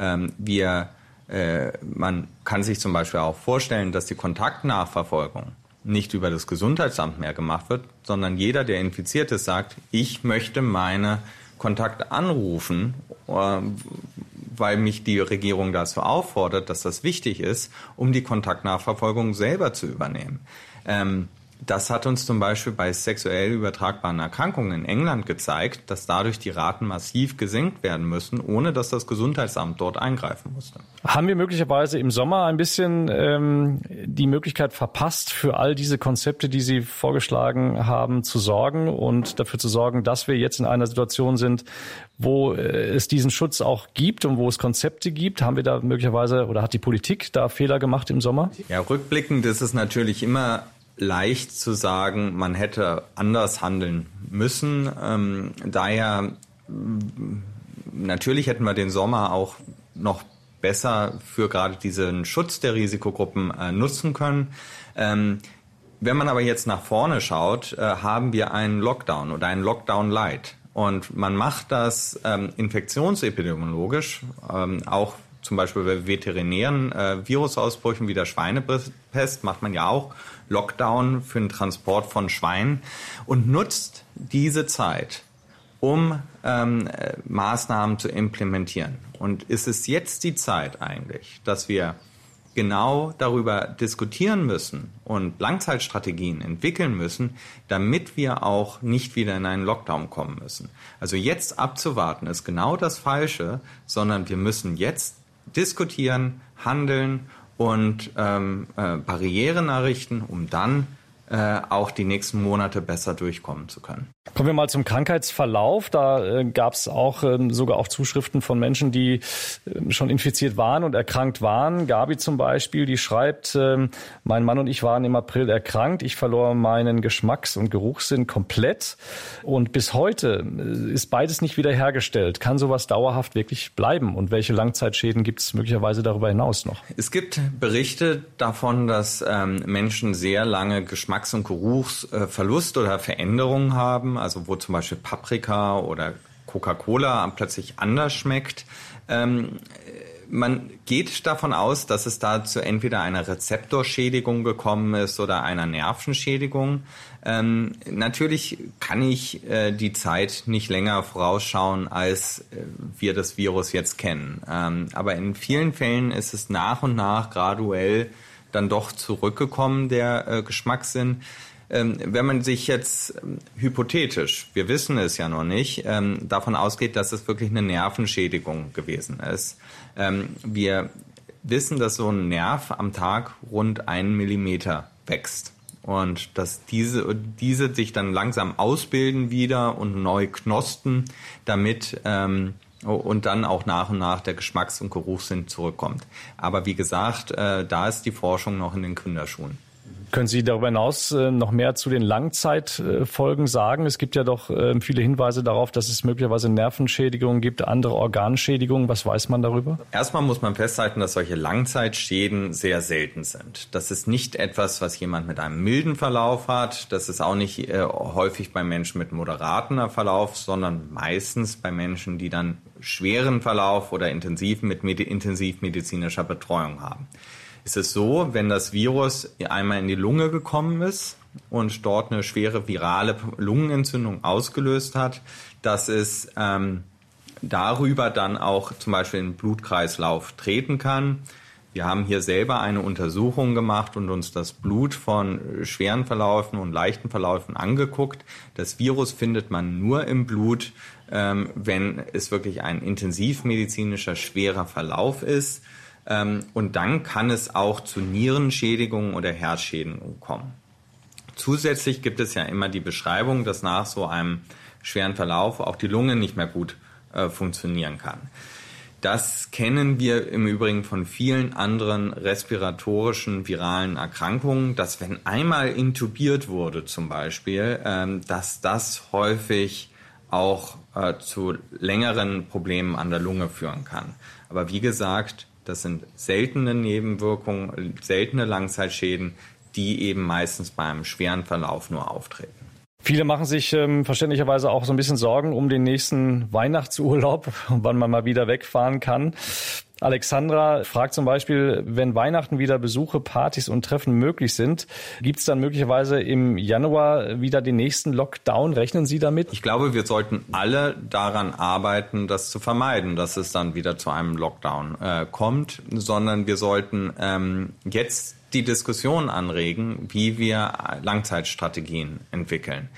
Man kann sich zum Beispiel auch vorstellen, dass die Kontaktnachverfolgung nicht über das Gesundheitsamt mehr gemacht wird, sondern jeder, der infiziert ist, sagt, ich möchte meine Kontakte anrufen, weil mich die Regierung dazu auffordert, dass das wichtig ist, um die Kontaktnachverfolgung selber zu übernehmen. Das hat uns zum Beispiel bei sexuell übertragbaren Erkrankungen in England gezeigt, dass dadurch die Raten massiv gesenkt werden müssen, ohne dass das Gesundheitsamt dort eingreifen musste. Haben wir möglicherweise im Sommer ein bisschen die Möglichkeit verpasst, für all diese Konzepte, die Sie vorgeschlagen haben, zu sorgen und dafür zu sorgen, dass wir jetzt in einer Situation sind, wo es diesen Schutz auch gibt und wo es Konzepte gibt? Haben wir da möglicherweise oder hat die Politik da Fehler gemacht im Sommer? Ja, rückblickend ist es natürlich immer leicht zu sagen, man hätte anders handeln müssen. Daher natürlich hätten wir den Sommer auch noch besser für gerade diesen Schutz der Risikogruppen nutzen können. Wenn man aber jetzt nach vorne schaut, haben wir einen Lockdown oder einen Lockdown Light. Und man macht das infektionsepidemiologisch auch zum Beispiel bei veterinären Virusausbrüchen wie der Schweinepest macht man ja auch Lockdown für den Transport von Schweinen und nutzt diese Zeit, um Maßnahmen zu implementieren. Und ist es jetzt die Zeit eigentlich, dass wir genau darüber diskutieren müssen und Langzeitstrategien entwickeln müssen, damit wir auch nicht wieder in einen Lockdown kommen müssen. Also jetzt abzuwarten ist genau das Falsche, sondern wir müssen jetzt diskutieren, handeln und Barrieren errichten, um dann auch die nächsten Monate besser durchkommen zu können. Kommen wir mal zum Krankheitsverlauf. Da gab es auch sogar auch Zuschriften von Menschen, die schon infiziert waren und erkrankt waren. Gabi zum Beispiel, die schreibt, mein Mann und ich waren im April erkrankt. Ich verlor meinen Geschmacks- und Geruchssinn komplett. Und bis heute ist beides nicht wiederhergestellt. Kann sowas dauerhaft wirklich bleiben? Und welche Langzeitschäden gibt es möglicherweise darüber hinaus noch? Es gibt Berichte davon, dass Menschen sehr lange Geschmacks- und Geruchsverlust oder Veränderungen haben, also wo zum Beispiel Paprika oder Coca-Cola plötzlich anders schmeckt. Man geht davon aus, dass es dazu entweder einer Rezeptorschädigung gekommen ist oder einer Nervenschädigung. Natürlich kann ich die Zeit nicht länger vorausschauen, als wir das Virus jetzt kennen. Aber in vielen Fällen ist es nach und nach graduell dann doch zurückgekommen, der Geschmackssinn. Wenn man sich jetzt hypothetisch, wir wissen es ja noch nicht, davon ausgeht, dass es wirklich eine Nervenschädigung gewesen ist. Wir wissen, dass so ein Nerv am Tag rund 1 Millimeter wächst und dass diese sich dann langsam ausbilden wieder und neu knosten, damit und dann auch nach und nach der Geschmacks- und Geruchssinn zurückkommt. Aber wie gesagt, da ist die Forschung noch in den Kinderschuhen. Können Sie darüber hinaus noch mehr zu den Langzeitfolgen sagen? Es gibt ja doch viele Hinweise darauf, dass es möglicherweise Nervenschädigungen gibt, andere Organschädigungen. Was weiß man darüber? Erstmal muss man festhalten, dass solche Langzeitschäden sehr selten sind. Das ist nicht etwas, was jemand mit einem milden Verlauf hat. Das ist auch nicht häufig bei Menschen mit moderatem Verlauf, sondern meistens bei Menschen, die dann schweren Verlauf oder intensivmedizinischer Betreuung haben. Es ist so, wenn das Virus einmal in die Lunge gekommen ist und dort eine schwere virale Lungenentzündung ausgelöst hat, dass es darüber dann auch zum Beispiel in den Blutkreislauf treten kann. Wir haben hier selber eine Untersuchung gemacht und uns das Blut von schweren Verläufen und leichten Verläufen angeguckt. Das Virus findet man nur im Blut, wenn es wirklich ein intensivmedizinischer schwerer Verlauf ist. Und dann kann es auch zu Nierenschädigungen oder Herzschädigungen kommen. Zusätzlich gibt es ja immer die Beschreibung, dass nach so einem schweren Verlauf auch die Lunge nicht mehr gut funktionieren kann. Das kennen wir im Übrigen von vielen anderen respiratorischen viralen Erkrankungen, dass wenn einmal intubiert wurde zum Beispiel, dass das häufig auch zu längeren Problemen an der Lunge führen kann. Aber wie gesagt, das sind seltene Nebenwirkungen, seltene Langzeitschäden, die eben meistens bei einem schweren Verlauf nur auftreten. Viele machen sich verständlicherweise auch so ein bisschen Sorgen um den nächsten Weihnachtsurlaub, wann man mal wieder wegfahren kann. Alexandra fragt zum Beispiel, wenn Weihnachten wieder Besuche, Partys und Treffen möglich sind, gibt es dann möglicherweise im Januar wieder den nächsten Lockdown? Rechnen Sie damit? Ich glaube, wir sollten alle daran arbeiten, das zu vermeiden, dass es dann wieder zu einem Lockdown kommt, sondern wir sollten jetzt die Diskussion anregen, wie wir Langzeitstrategien entwickeln.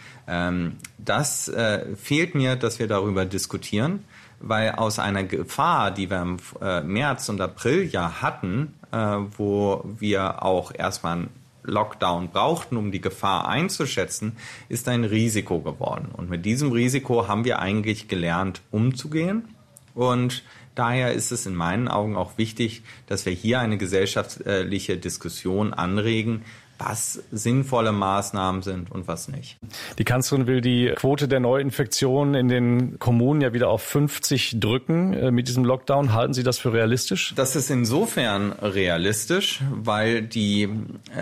Das fehlt mir, dass wir darüber diskutieren, weil aus einer Gefahr, die wir im März und April ja hatten, wo wir auch erstmal einen Lockdown brauchten, um die Gefahr einzuschätzen, ist ein Risiko geworden. Und mit diesem Risiko haben wir eigentlich gelernt, umzugehen. Und daher ist es in meinen Augen auch wichtig, dass wir hier eine gesellschaftliche Diskussion anregen, was sinnvolle Maßnahmen sind und was nicht. Die Kanzlerin will die Quote der Neuinfektionen in den Kommunen ja wieder auf 50 drücken mit diesem Lockdown. Halten Sie das für realistisch? Das ist insofern realistisch, weil die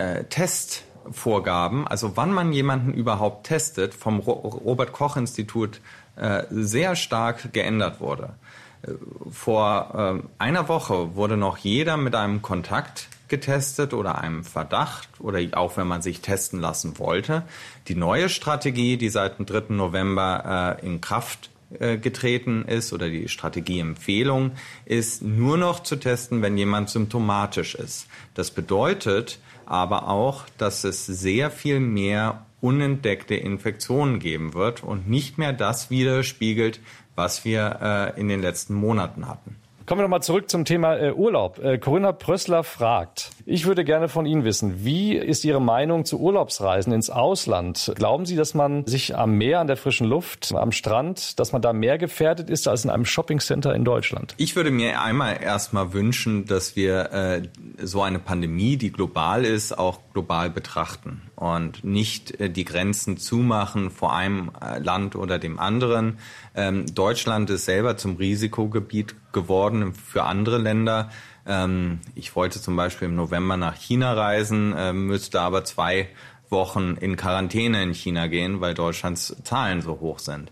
Testvorgaben, also wann man jemanden überhaupt testet, vom Robert-Koch-Institut sehr stark geändert wurde. Vor einer Woche wurde noch jeder mit einem Kontakt getestet oder einem Verdacht oder auch wenn man sich testen lassen wollte. Die neue Strategie, die seit dem 3. November in Kraft getreten ist oder die Strategieempfehlung ist, nur noch zu testen, wenn jemand symptomatisch ist. Das bedeutet aber auch, dass es sehr viel mehr unentdeckte Infektionen geben wird und nicht mehr das widerspiegelt, was wir in den letzten Monaten hatten. Kommen wir nochmal zurück zum Thema Urlaub. Corinna Prössler fragt, ich würde gerne von Ihnen wissen, wie ist Ihre Meinung zu Urlaubsreisen ins Ausland? Glauben Sie, dass man sich am Meer, an der frischen Luft, am Strand, dass man da mehr gefährdet ist als in einem Shoppingcenter in Deutschland? Ich würde mir einmal erstmal wünschen, dass wir so eine Pandemie, die global ist, auch global betrachten und nicht die Grenzen zumachen vor einem Land oder dem anderen. Deutschland ist selber zum Risikogebiet geworden für andere Länder. Ich wollte zum Beispiel im November nach China reisen, müsste aber 2 Wochen in Quarantäne in China gehen, weil Deutschlands Zahlen so hoch sind.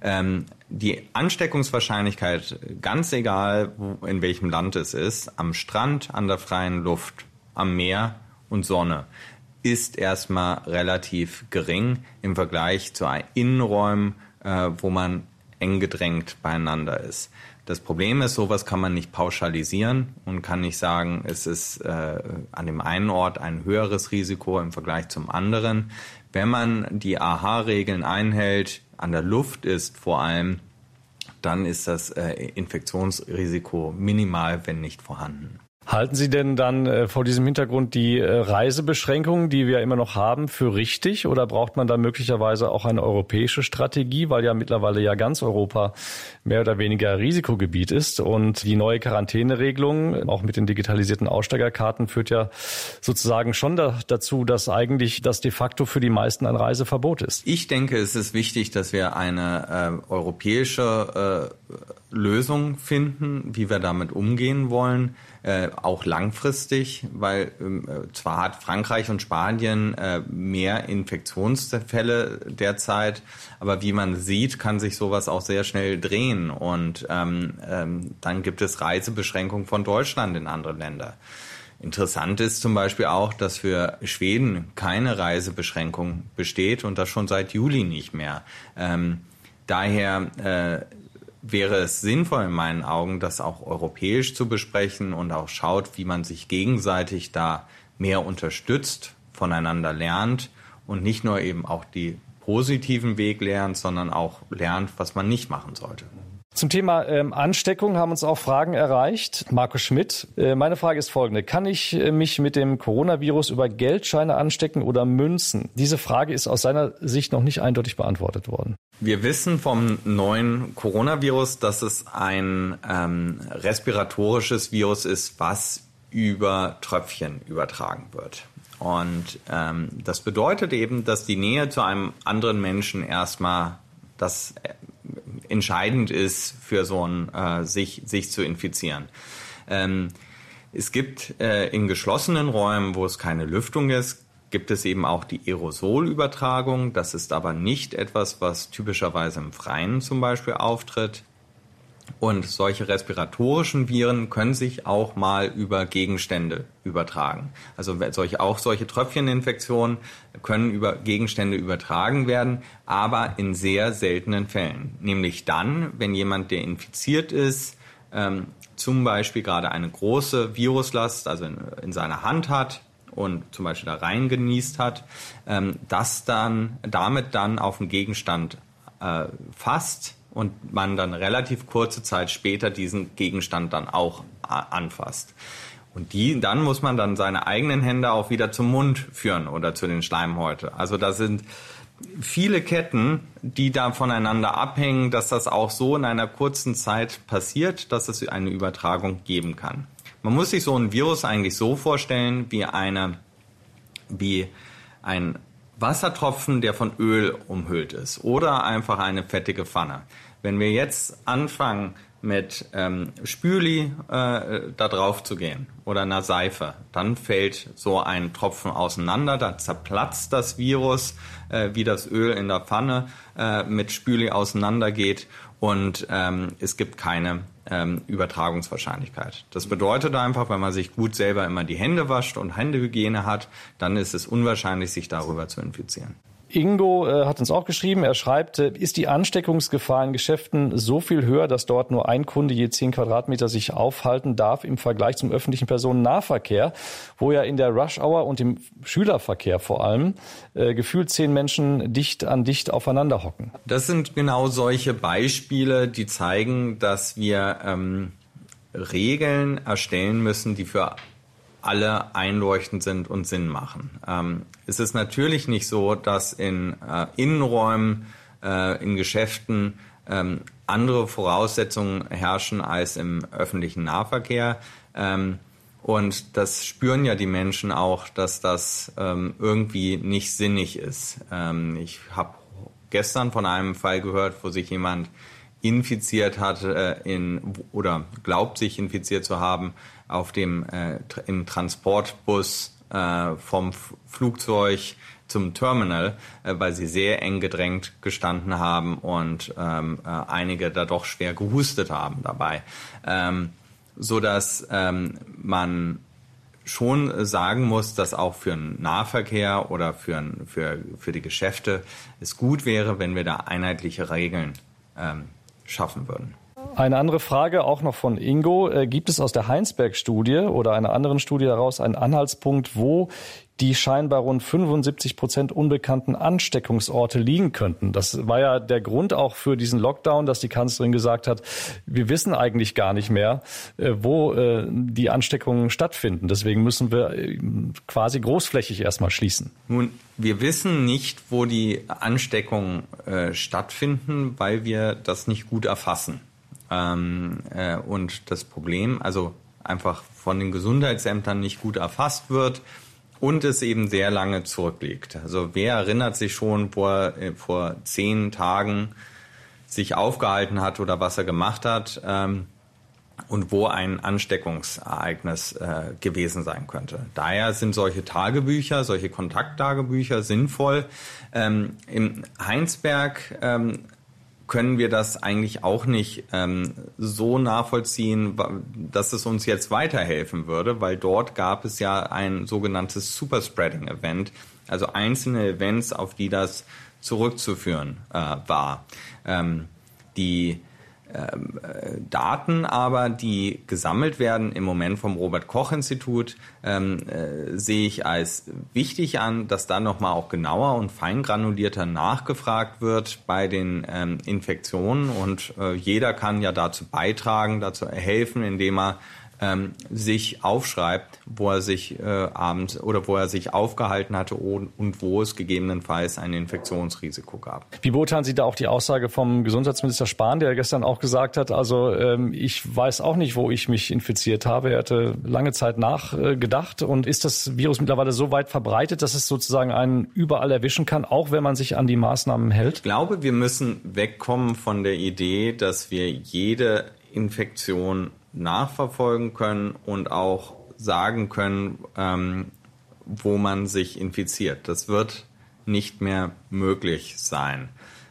Die Ansteckungswahrscheinlichkeit, ganz egal in welchem Land es ist, am Strand, an der freien Luft, am Meer und Sonne, ist erstmal relativ gering im Vergleich zu Innenräumen, wo man eng gedrängt beieinander ist. Das Problem ist, sowas kann man nicht pauschalisieren und kann nicht sagen, es ist an dem einen Ort ein höheres Risiko im Vergleich zum anderen. Wenn man die AHA-Regeln einhält, an der Luft ist vor allem, dann ist das Infektionsrisiko minimal, wenn nicht vorhanden. Halten Sie denn dann vor diesem Hintergrund die Reisebeschränkungen, die wir immer noch haben, für richtig? Oder braucht man da möglicherweise auch eine europäische Strategie, weil ja mittlerweile ja ganz Europa mehr oder weniger Risikogebiet ist? Und die neue Quarantäneregelung, auch mit den digitalisierten Aussteigerkarten, führt ja sozusagen schon dazu, dass eigentlich das de facto für die meisten ein Reiseverbot ist. Ich denke, es ist wichtig, dass wir eine europäische Lösung finden, wie wir damit umgehen wollen. Auch langfristig, weil zwar hat Frankreich und Spanien mehr Infektionsfälle derzeit, aber wie man sieht, kann sich sowas auch sehr schnell drehen und dann gibt es Reisebeschränkungen von Deutschland in andere Länder. Interessant ist zum Beispiel auch, dass für Schweden keine Reisebeschränkung besteht und das schon seit Juli nicht mehr. Daher wäre es sinnvoll in meinen Augen, das auch europäisch zu besprechen und auch schaut, wie man sich gegenseitig da mehr unterstützt, voneinander lernt und nicht nur eben auch die positiven Weg lernt, sondern auch lernt, was man nicht machen sollte. Zum Thema Ansteckung haben uns auch Fragen erreicht. Marco Schmidt, meine Frage ist folgende. Kann ich mich mit dem Coronavirus über Geldscheine anstecken oder Münzen? Diese Frage ist aus seiner Sicht noch nicht eindeutig beantwortet worden. Wir wissen vom neuen Coronavirus, dass es ein respiratorisches Virus ist, was über Tröpfchen übertragen wird. Und das bedeutet eben, dass die Nähe zu einem anderen Menschen erstmal das entscheidend ist für so ein sich zu infizieren. Es gibt in geschlossenen Räumen, wo es keine Lüftung ist, gibt es eben auch die Aerosolübertragung. Das ist aber nicht etwas, was typischerweise im Freien zum Beispiel auftritt. Und solche respiratorischen Viren können sich auch mal über Gegenstände übertragen. Also solche Tröpfcheninfektionen können über Gegenstände übertragen werden, aber in sehr seltenen Fällen. Nämlich dann, wenn jemand, der infiziert ist, zum Beispiel gerade eine große Viruslast, also in seiner Hand hat und zum Beispiel da rein genießt hat, das dann damit dann auf den Gegenstand fasst und man dann relativ kurze Zeit später diesen Gegenstand dann auch anfasst. Und dann muss man dann seine eigenen Hände auch wieder zum Mund führen oder zu den Schleimhäuten. Also da sind viele Ketten, die da voneinander abhängen, dass das auch so in einer kurzen Zeit passiert, dass es eine Übertragung geben kann. Man muss sich so ein Virus eigentlich so vorstellen wie ein Wassertropfen, der von Öl umhüllt ist oder einfach eine fettige Pfanne. Wenn wir jetzt anfangen, mit Spüli da drauf zu gehen oder einer Seife. Dann fällt so ein Tropfen auseinander, da zerplatzt das Virus, wie das Öl in der Pfanne mit Spüli auseinandergeht und es gibt keine Übertragungswahrscheinlichkeit. Das bedeutet einfach, wenn man sich gut selber immer die Hände wascht und Händehygiene hat, dann ist es unwahrscheinlich, sich darüber zu infizieren. Ingo hat uns auch geschrieben, er schreibt, ist die Ansteckungsgefahr in Geschäften so viel höher, dass dort nur ein Kunde je 10 Quadratmeter sich aufhalten darf im Vergleich zum öffentlichen Personennahverkehr, wo ja in der Rush-Hour und im Schülerverkehr vor allem gefühlt 10 Menschen dicht an dicht aufeinander hocken? Das sind genau solche Beispiele, die zeigen, dass wir Regeln erstellen müssen, die für alle einleuchtend sind und Sinn machen. Es ist natürlich nicht so, dass in Innenräumen, in Geschäften andere Voraussetzungen herrschen als im öffentlichen Nahverkehr. Und das spüren ja die Menschen auch, dass das irgendwie nicht sinnig ist. Ich habe gestern von einem Fall gehört, wo sich jemand infiziert hat oder glaubt, sich infiziert zu haben, im Transportbus vom Flugzeug zum Terminal, weil sie sehr eng gedrängt gestanden haben und einige da doch schwer gehustet haben dabei. Sodass man schon sagen muss, dass auch für den Nahverkehr oder für die Geschäfte es gut wäre, wenn wir da einheitliche Regeln schaffen würden. Eine andere Frage, auch noch von Ingo. Gibt es aus der Heinsberg-Studie oder einer anderen Studie heraus einen Anhaltspunkt, wo die scheinbar rund 75% unbekannten Ansteckungsorte liegen könnten? Das war ja der Grund auch für diesen Lockdown, dass die Kanzlerin gesagt hat, wir wissen eigentlich gar nicht mehr, wo die Ansteckungen stattfinden. Deswegen müssen wir quasi großflächig erstmal schließen. Nun, wir wissen nicht, wo die Ansteckungen stattfinden, weil wir das nicht gut erfassen. Und das Problem, also einfach von den Gesundheitsämtern nicht gut erfasst wird und es eben sehr lange zurückliegt. Also wer erinnert sich schon, wo er vor 10 Tagen sich aufgehalten hat oder was er gemacht hat und wo ein Ansteckungsereignis gewesen sein könnte. Daher sind solche Tagebücher, solche Kontakttagebücher sinnvoll. Im Heinsberg können wir das eigentlich auch nicht so nachvollziehen, dass es uns jetzt weiterhelfen würde, weil dort gab es ja ein sogenanntes Superspreading-Event, also einzelne Events, auf die das zurückzuführen war. Die Daten aber, die gesammelt werden im Moment vom Robert-Koch-Institut, sehe ich als wichtig an, dass da nochmal auch genauer und feingranulierter nachgefragt wird bei den Infektionen. Und jeder kann ja dazu beitragen, dazu helfen, indem er sich aufschreibt, wo er sich abends oder wo er sich aufgehalten hatte und wo es gegebenenfalls ein Infektionsrisiko gab. Wie beurteilen Sie da auch die Aussage vom Gesundheitsminister Spahn, der gestern auch gesagt hat, also ich weiß auch nicht, wo ich mich infiziert habe. Er hatte lange Zeit nachgedacht. Und ist das Virus mittlerweile so weit verbreitet, dass es sozusagen einen überall erwischen kann, auch wenn man sich an die Maßnahmen hält? Ich glaube, wir müssen wegkommen von der Idee, dass wir jede Infektion nachverfolgen können und auch sagen können, wo man sich infiziert. Das wird nicht mehr möglich sein.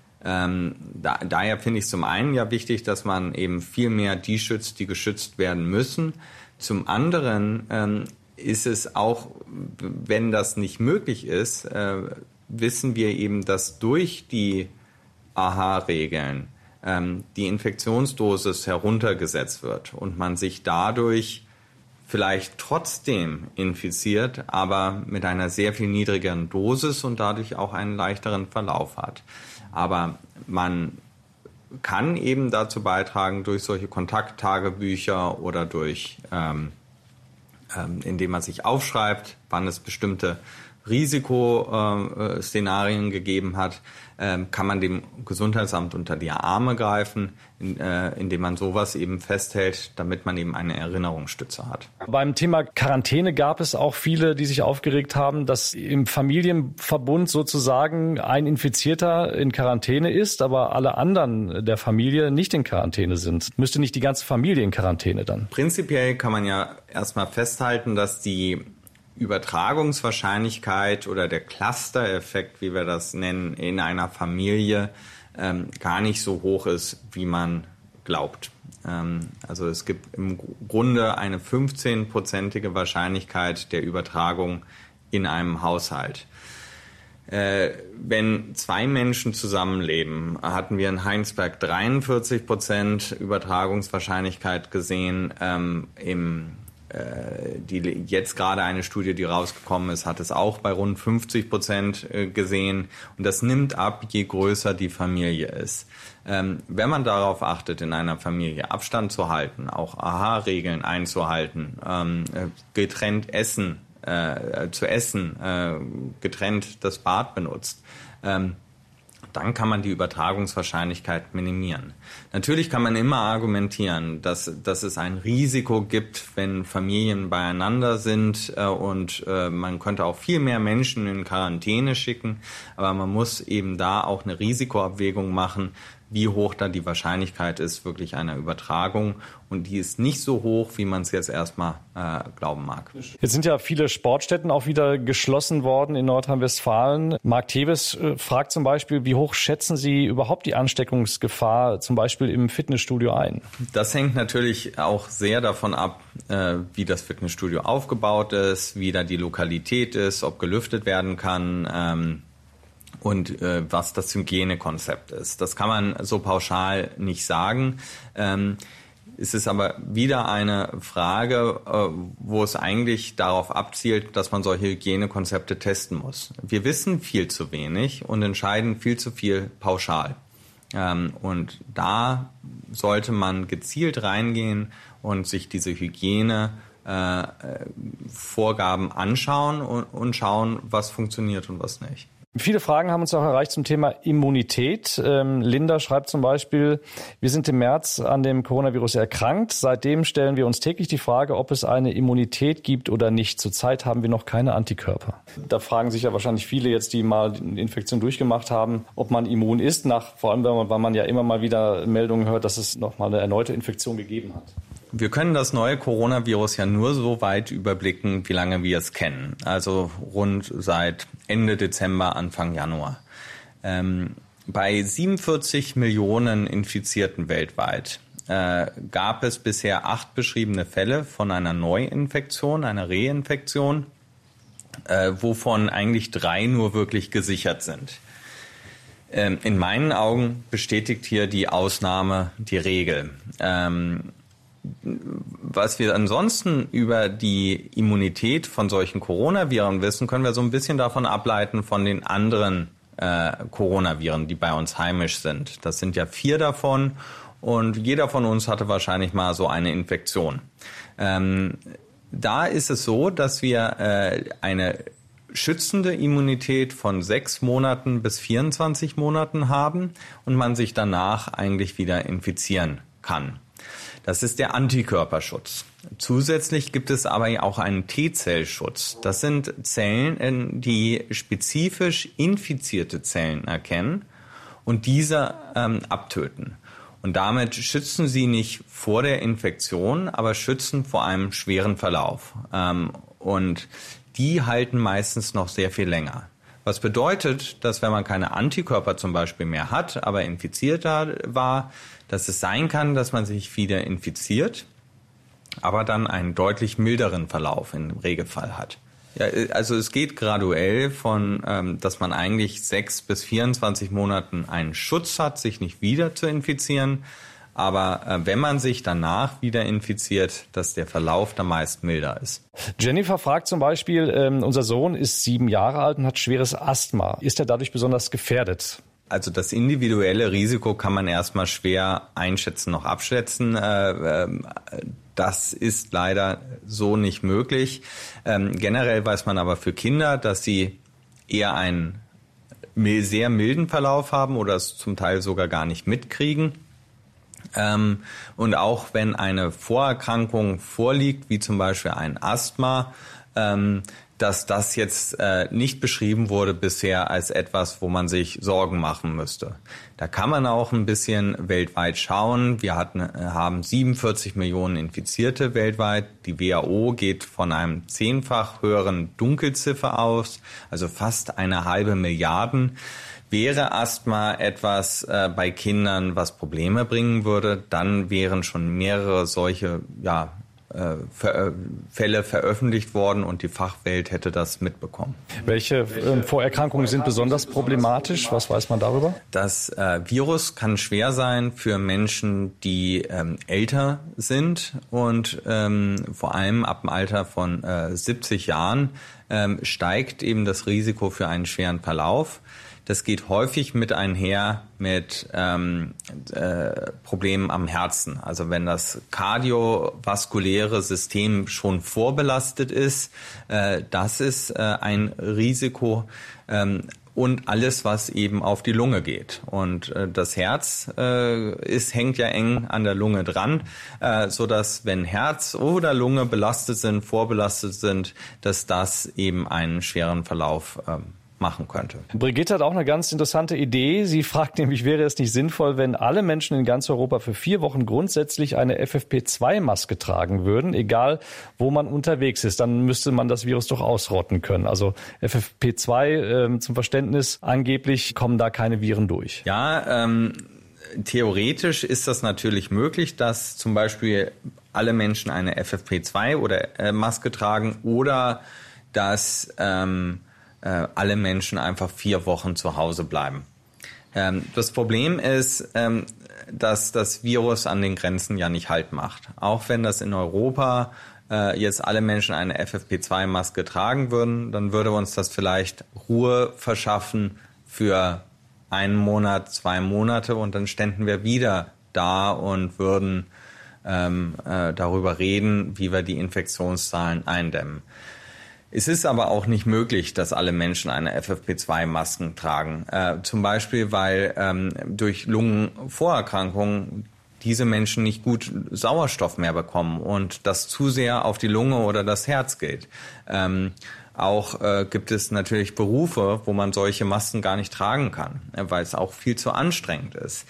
Daher finde ich es zum einen ja wichtig, dass man eben viel mehr die schützt, die geschützt werden müssen. Zum anderen ist es auch, wenn das nicht möglich ist, wissen wir eben, dass durch die AHA-Regeln die Infektionsdosis heruntergesetzt wird und man sich dadurch vielleicht trotzdem infiziert, aber mit einer sehr viel niedrigeren Dosis und dadurch auch einen leichteren Verlauf hat. Aber man kann eben dazu beitragen, durch solche Kontakttagebücher oder durch, indem man sich aufschreibt, wann es bestimmte Risikoszenarien gegeben hat, kann man dem Gesundheitsamt unter die Arme greifen, indem man sowas eben festhält, damit man eben eine Erinnerungsstütze hat. Beim Thema Quarantäne gab es auch viele, die sich aufgeregt haben, dass im Familienverbund sozusagen ein Infizierter in Quarantäne ist, aber alle anderen der Familie nicht in Quarantäne sind. Müsste nicht die ganze Familie in Quarantäne dann? Prinzipiell kann man ja erstmal festhalten, dass die Übertragungswahrscheinlichkeit oder der Cluster-Effekt, wie wir das nennen, in einer Familie gar nicht so hoch ist, wie man glaubt. Also es gibt im Grunde eine 15-prozentige Wahrscheinlichkeit der Übertragung in einem Haushalt. Wenn 2 Menschen zusammenleben, hatten wir in Heinsberg 43% Übertragungswahrscheinlichkeit gesehen. Die jetzt gerade eine Studie, die rausgekommen ist, hat es auch bei rund 50% gesehen. Und das nimmt ab, je größer die Familie ist. Wenn man darauf achtet, in einer Familie Abstand zu halten, auch AHA-Regeln einzuhalten, getrennt zu essen, getrennt das Bad benutzt, dann kann man die Übertragungswahrscheinlichkeit minimieren. Natürlich kann man immer argumentieren, dass es ein Risiko gibt, wenn Familien beieinander sind und man könnte auch viel mehr Menschen in Quarantäne schicken, aber man muss eben da auch eine Risikoabwägung machen, wie hoch da die Wahrscheinlichkeit ist wirklich einer Übertragung. Und die ist nicht so hoch, wie man es jetzt erstmal glauben mag. Jetzt sind ja viele Sportstätten auch wieder geschlossen worden in Nordrhein-Westfalen. Marc Teves fragt zum Beispiel, wie hoch schätzen Sie überhaupt die Ansteckungsgefahr zum Beispiel im Fitnessstudio ein? Das hängt natürlich auch sehr davon ab, wie das Fitnessstudio aufgebaut ist, wie da die Lokalität ist, ob gelüftet werden kann. Und was das Hygienekonzept ist. Das kann man so pauschal nicht sagen. Es ist aber wieder eine Frage, wo es eigentlich darauf abzielt, dass man solche Hygienekonzepte testen muss. Wir wissen viel zu wenig und entscheiden viel zu viel pauschal. Und da sollte man gezielt reingehen und sich diese Hygienevorgaben anschauen und schauen, was funktioniert und was nicht. Viele Fragen haben uns auch erreicht zum Thema Immunität. Linda schreibt zum Beispiel, wir sind im März an dem Coronavirus erkrankt. Seitdem stellen wir uns täglich die Frage, ob es eine Immunität gibt oder nicht. Zurzeit haben wir noch keine Antikörper. Da fragen sich ja wahrscheinlich viele jetzt, die mal eine Infektion durchgemacht haben, ob man immun ist, vor allem weil man ja immer mal wieder Meldungen hört, dass es noch mal eine erneute Infektion gegeben hat. Wir können das neue Coronavirus ja nur so weit überblicken, wie lange wir es kennen. Also rund seit Ende Dezember, Anfang Januar. Bei 47 Millionen Infizierten weltweit gab es bisher 8 beschriebene Fälle von einer Neuinfektion, einer Reinfektion, wovon eigentlich 3 nur wirklich gesichert sind. In meinen Augen bestätigt hier die Ausnahme die Regel. Was wir ansonsten über die Immunität von solchen Coronaviren wissen, können wir so ein bisschen davon ableiten von den anderen Coronaviren, die bei uns heimisch sind. Das sind ja 4 davon und jeder von uns hatte wahrscheinlich mal so eine Infektion. Da ist es so, dass wir eine schützende Immunität von 6 Monaten bis 24 Monaten haben und man sich danach eigentlich wieder infizieren kann. Das ist der Antikörperschutz. Zusätzlich gibt es aber auch einen T-Zellschutz. Das sind Zellen, die spezifisch infizierte Zellen erkennen und diese abtöten. Und damit schützen sie nicht vor der Infektion, aber schützen vor einem schweren Verlauf. Und die halten meistens noch sehr viel länger. Was bedeutet, dass wenn man keine Antikörper zum Beispiel mehr hat, aber infiziert war, dass es sein kann, dass man sich wieder infiziert, aber dann einen deutlich milderen Verlauf im Regelfall hat. Ja, also es geht graduell von, dass man eigentlich 6 bis 24 Monaten einen Schutz hat, sich nicht wieder zu infizieren. Aber wenn man sich danach wieder infiziert, dass der Verlauf dann meist milder ist. Jennifer fragt zum Beispiel, unser Sohn ist 7 Jahre alt und hat schweres Asthma. Ist er dadurch besonders gefährdet? Also das individuelle Risiko kann man erstmal schwer einschätzen, noch abschätzen. Das ist leider so nicht möglich. Generell weiß man aber für Kinder, dass sie eher einen sehr milden Verlauf haben oder es zum Teil sogar gar nicht mitkriegen. Und auch wenn eine Vorerkrankung vorliegt, wie zum Beispiel ein Asthma, dass das jetzt nicht beschrieben wurde bisher als etwas, wo man sich Sorgen machen müsste. Da kann man auch ein bisschen weltweit schauen. Wir haben 47 Millionen Infizierte weltweit. Die WHO geht von einem 10-fach höheren Dunkelziffer aus, also fast 1,5 Milliarden. Wäre Asthma etwas bei Kindern, was Probleme bringen würde, dann wären schon mehrere solche Fälle veröffentlicht worden und die Fachwelt hätte das mitbekommen. Welche Vorerkrankungen sind besonders problematisch? Was weiß man darüber? Das Virus kann schwer sein für Menschen, die älter sind und vor allem ab dem Alter von 70 Jahren steigt eben das Risiko für einen schweren Verlauf. Das geht häufig mit einher mit Problemen am Herzen. Also wenn das kardiovaskuläre System schon vorbelastet ist, das ist ein Risiko. Und alles, was eben auf die Lunge geht. Und das Herz hängt ja eng an der Lunge dran, so dass wenn Herz oder Lunge belastet sind, vorbelastet sind, dass das eben einen schweren Verlauf machen könnte. Brigitte hat auch eine ganz interessante Idee. Sie fragt nämlich, wäre es nicht sinnvoll, wenn alle Menschen in ganz Europa für 4 Wochen grundsätzlich eine FFP2-Maske tragen würden, egal wo man unterwegs ist. Dann müsste man das Virus doch ausrotten können. Also FFP2 zum Verständnis, angeblich kommen da keine Viren durch. Ja, theoretisch ist das natürlich möglich, dass zum Beispiel alle Menschen eine FFP2 oder Maske tragen oder dass alle Menschen einfach 4 Wochen zu Hause bleiben. Das Problem ist, dass das Virus an den Grenzen ja nicht Halt macht. Auch wenn das in Europa jetzt alle Menschen eine FFP2-Maske tragen würden, dann würde uns das vielleicht Ruhe verschaffen für 1 Monat, 2 Monate und dann ständen wir wieder da und würden darüber reden, wie wir die Infektionszahlen eindämmen. Es ist aber auch nicht möglich, dass alle Menschen eine FFP2-Masken tragen. Zum Beispiel, weil durch Lungenvorerkrankungen diese Menschen nicht gut Sauerstoff mehr bekommen und das zu sehr auf die Lunge oder das Herz geht. Auch gibt es natürlich Berufe, wo man solche Masken gar nicht tragen kann, weil es auch viel zu anstrengend ist.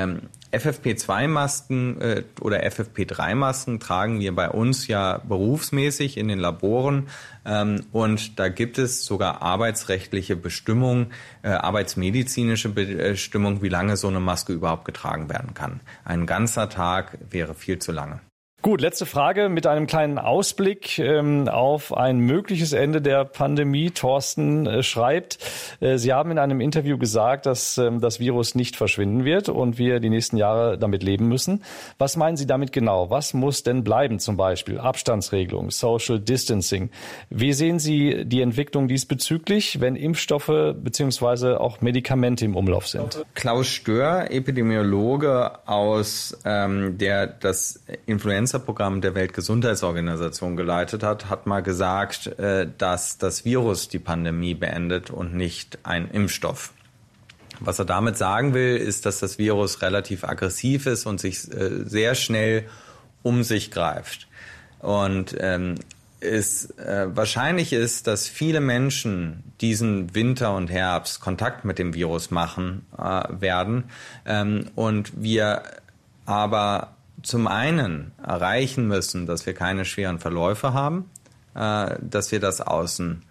FFP2-Masken oder FFP3-Masken tragen wir bei uns ja berufsmäßig in den Laboren und da gibt es sogar arbeitsrechtliche Bestimmungen, arbeitsmedizinische Bestimmungen, wie lange so eine Maske überhaupt getragen werden kann. Ein ganzer Tag wäre viel zu lange. Gut, letzte Frage mit einem kleinen Ausblick auf ein mögliches Ende der Pandemie. Thorsten schreibt, Sie haben in einem Interview gesagt, dass das Virus nicht verschwinden wird und wir die nächsten Jahre damit leben müssen. Was meinen Sie damit genau? Was muss denn bleiben zum Beispiel? Abstandsregelung, Social Distancing. Wie sehen Sie die Entwicklung diesbezüglich, wenn Impfstoffe bzw. auch Medikamente im Umlauf sind? Klaus Stör, Epidemiologe aus das Influenza-Programm der Weltgesundheitsorganisation geleitet hat mal gesagt, dass das Virus die Pandemie beendet und nicht ein Impfstoff. Was er damit sagen will, ist, dass das Virus relativ aggressiv ist und sich sehr schnell um sich greift. Und wahrscheinlich ist, dass viele Menschen diesen Winter und Herbst Kontakt mit dem Virus machen werden und wir aber zum einen erreichen müssen, dass wir keine schweren Verläufe haben, dass wir das von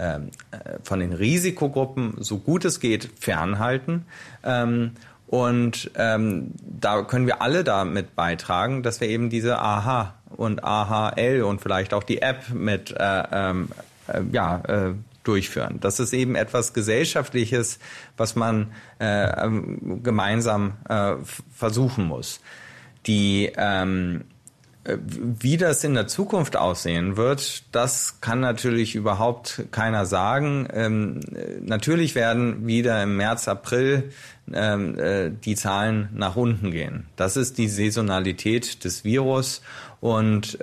den Risikogruppen so gut es geht fernhalten. Und da können wir alle damit beitragen, dass wir eben diese AHA und AHL und vielleicht auch die App mit durchführen. Das ist eben etwas Gesellschaftliches, was man gemeinsam versuchen muss. Die Wie das in der Zukunft aussehen wird, das kann natürlich überhaupt keiner sagen. Natürlich werden wieder im März, April die Zahlen nach unten gehen. Das ist die Saisonalität des Virus und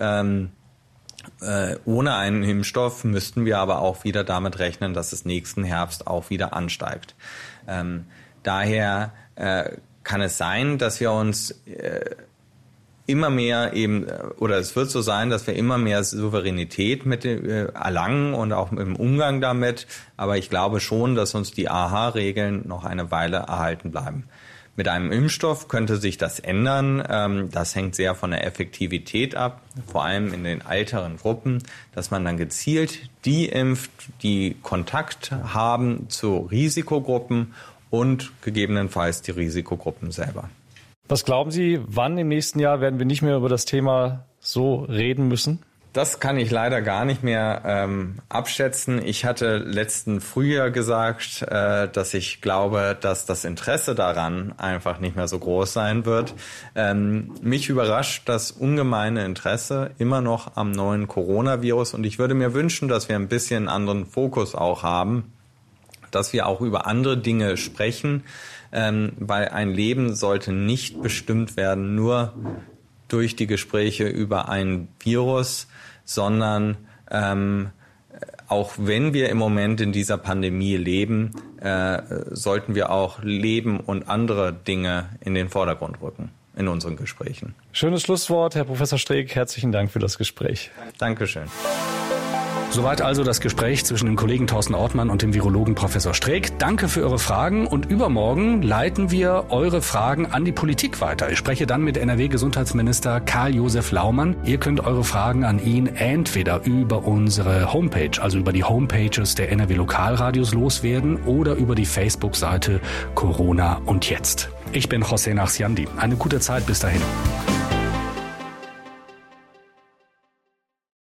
ohne einen Impfstoff müssten wir aber auch wieder damit rechnen, dass es nächsten Herbst auch wieder ansteigt. Daher kann es sein, dass wir uns immer mehr es wird so sein, dass wir immer mehr Souveränität erlangen und auch im Umgang damit. Aber ich glaube schon, dass uns die AHA-Regeln noch eine Weile erhalten bleiben. Mit einem Impfstoff könnte sich das ändern. Das hängt sehr von der Effektivität ab, vor allem in den älteren Gruppen, dass man dann gezielt die impft, die Kontakt haben zu Risikogruppen und gegebenenfalls die Risikogruppen selber. Was glauben Sie, wann im nächsten Jahr werden wir nicht mehr über das Thema so reden müssen? Das kann ich leider gar nicht mehr abschätzen. Ich hatte letzten Frühjahr gesagt, dass ich glaube, dass das Interesse daran einfach nicht mehr so groß sein wird. Mich überrascht das ungemeine Interesse immer noch am neuen Coronavirus und ich würde mir wünschen, dass wir ein bisschen anderen Fokus auch haben, dass wir auch über andere Dinge sprechen, weil ein Leben sollte nicht bestimmt werden nur durch die Gespräche über ein Virus, sondern auch wenn wir im Moment in dieser Pandemie leben, sollten wir auch Leben und andere Dinge in den Vordergrund rücken in unseren Gesprächen. Schönes Schlusswort, Herr Professor Streeck. Herzlichen Dank für das Gespräch. Dankeschön. Soweit also das Gespräch zwischen dem Kollegen Thorsten Ortmann und dem Virologen Professor Streeck. Danke für Ihre Fragen und übermorgen leiten wir eure Fragen an die Politik weiter. Ich spreche dann mit NRW-Gesundheitsminister Karl-Josef Laumann. Ihr könnt eure Fragen an ihn entweder über unsere Homepage, also über die Homepages der NRW-Lokalradios loswerden oder über die Facebook-Seite Corona und Jetzt. Ich bin José Nachsiandi. Eine gute Zeit bis dahin.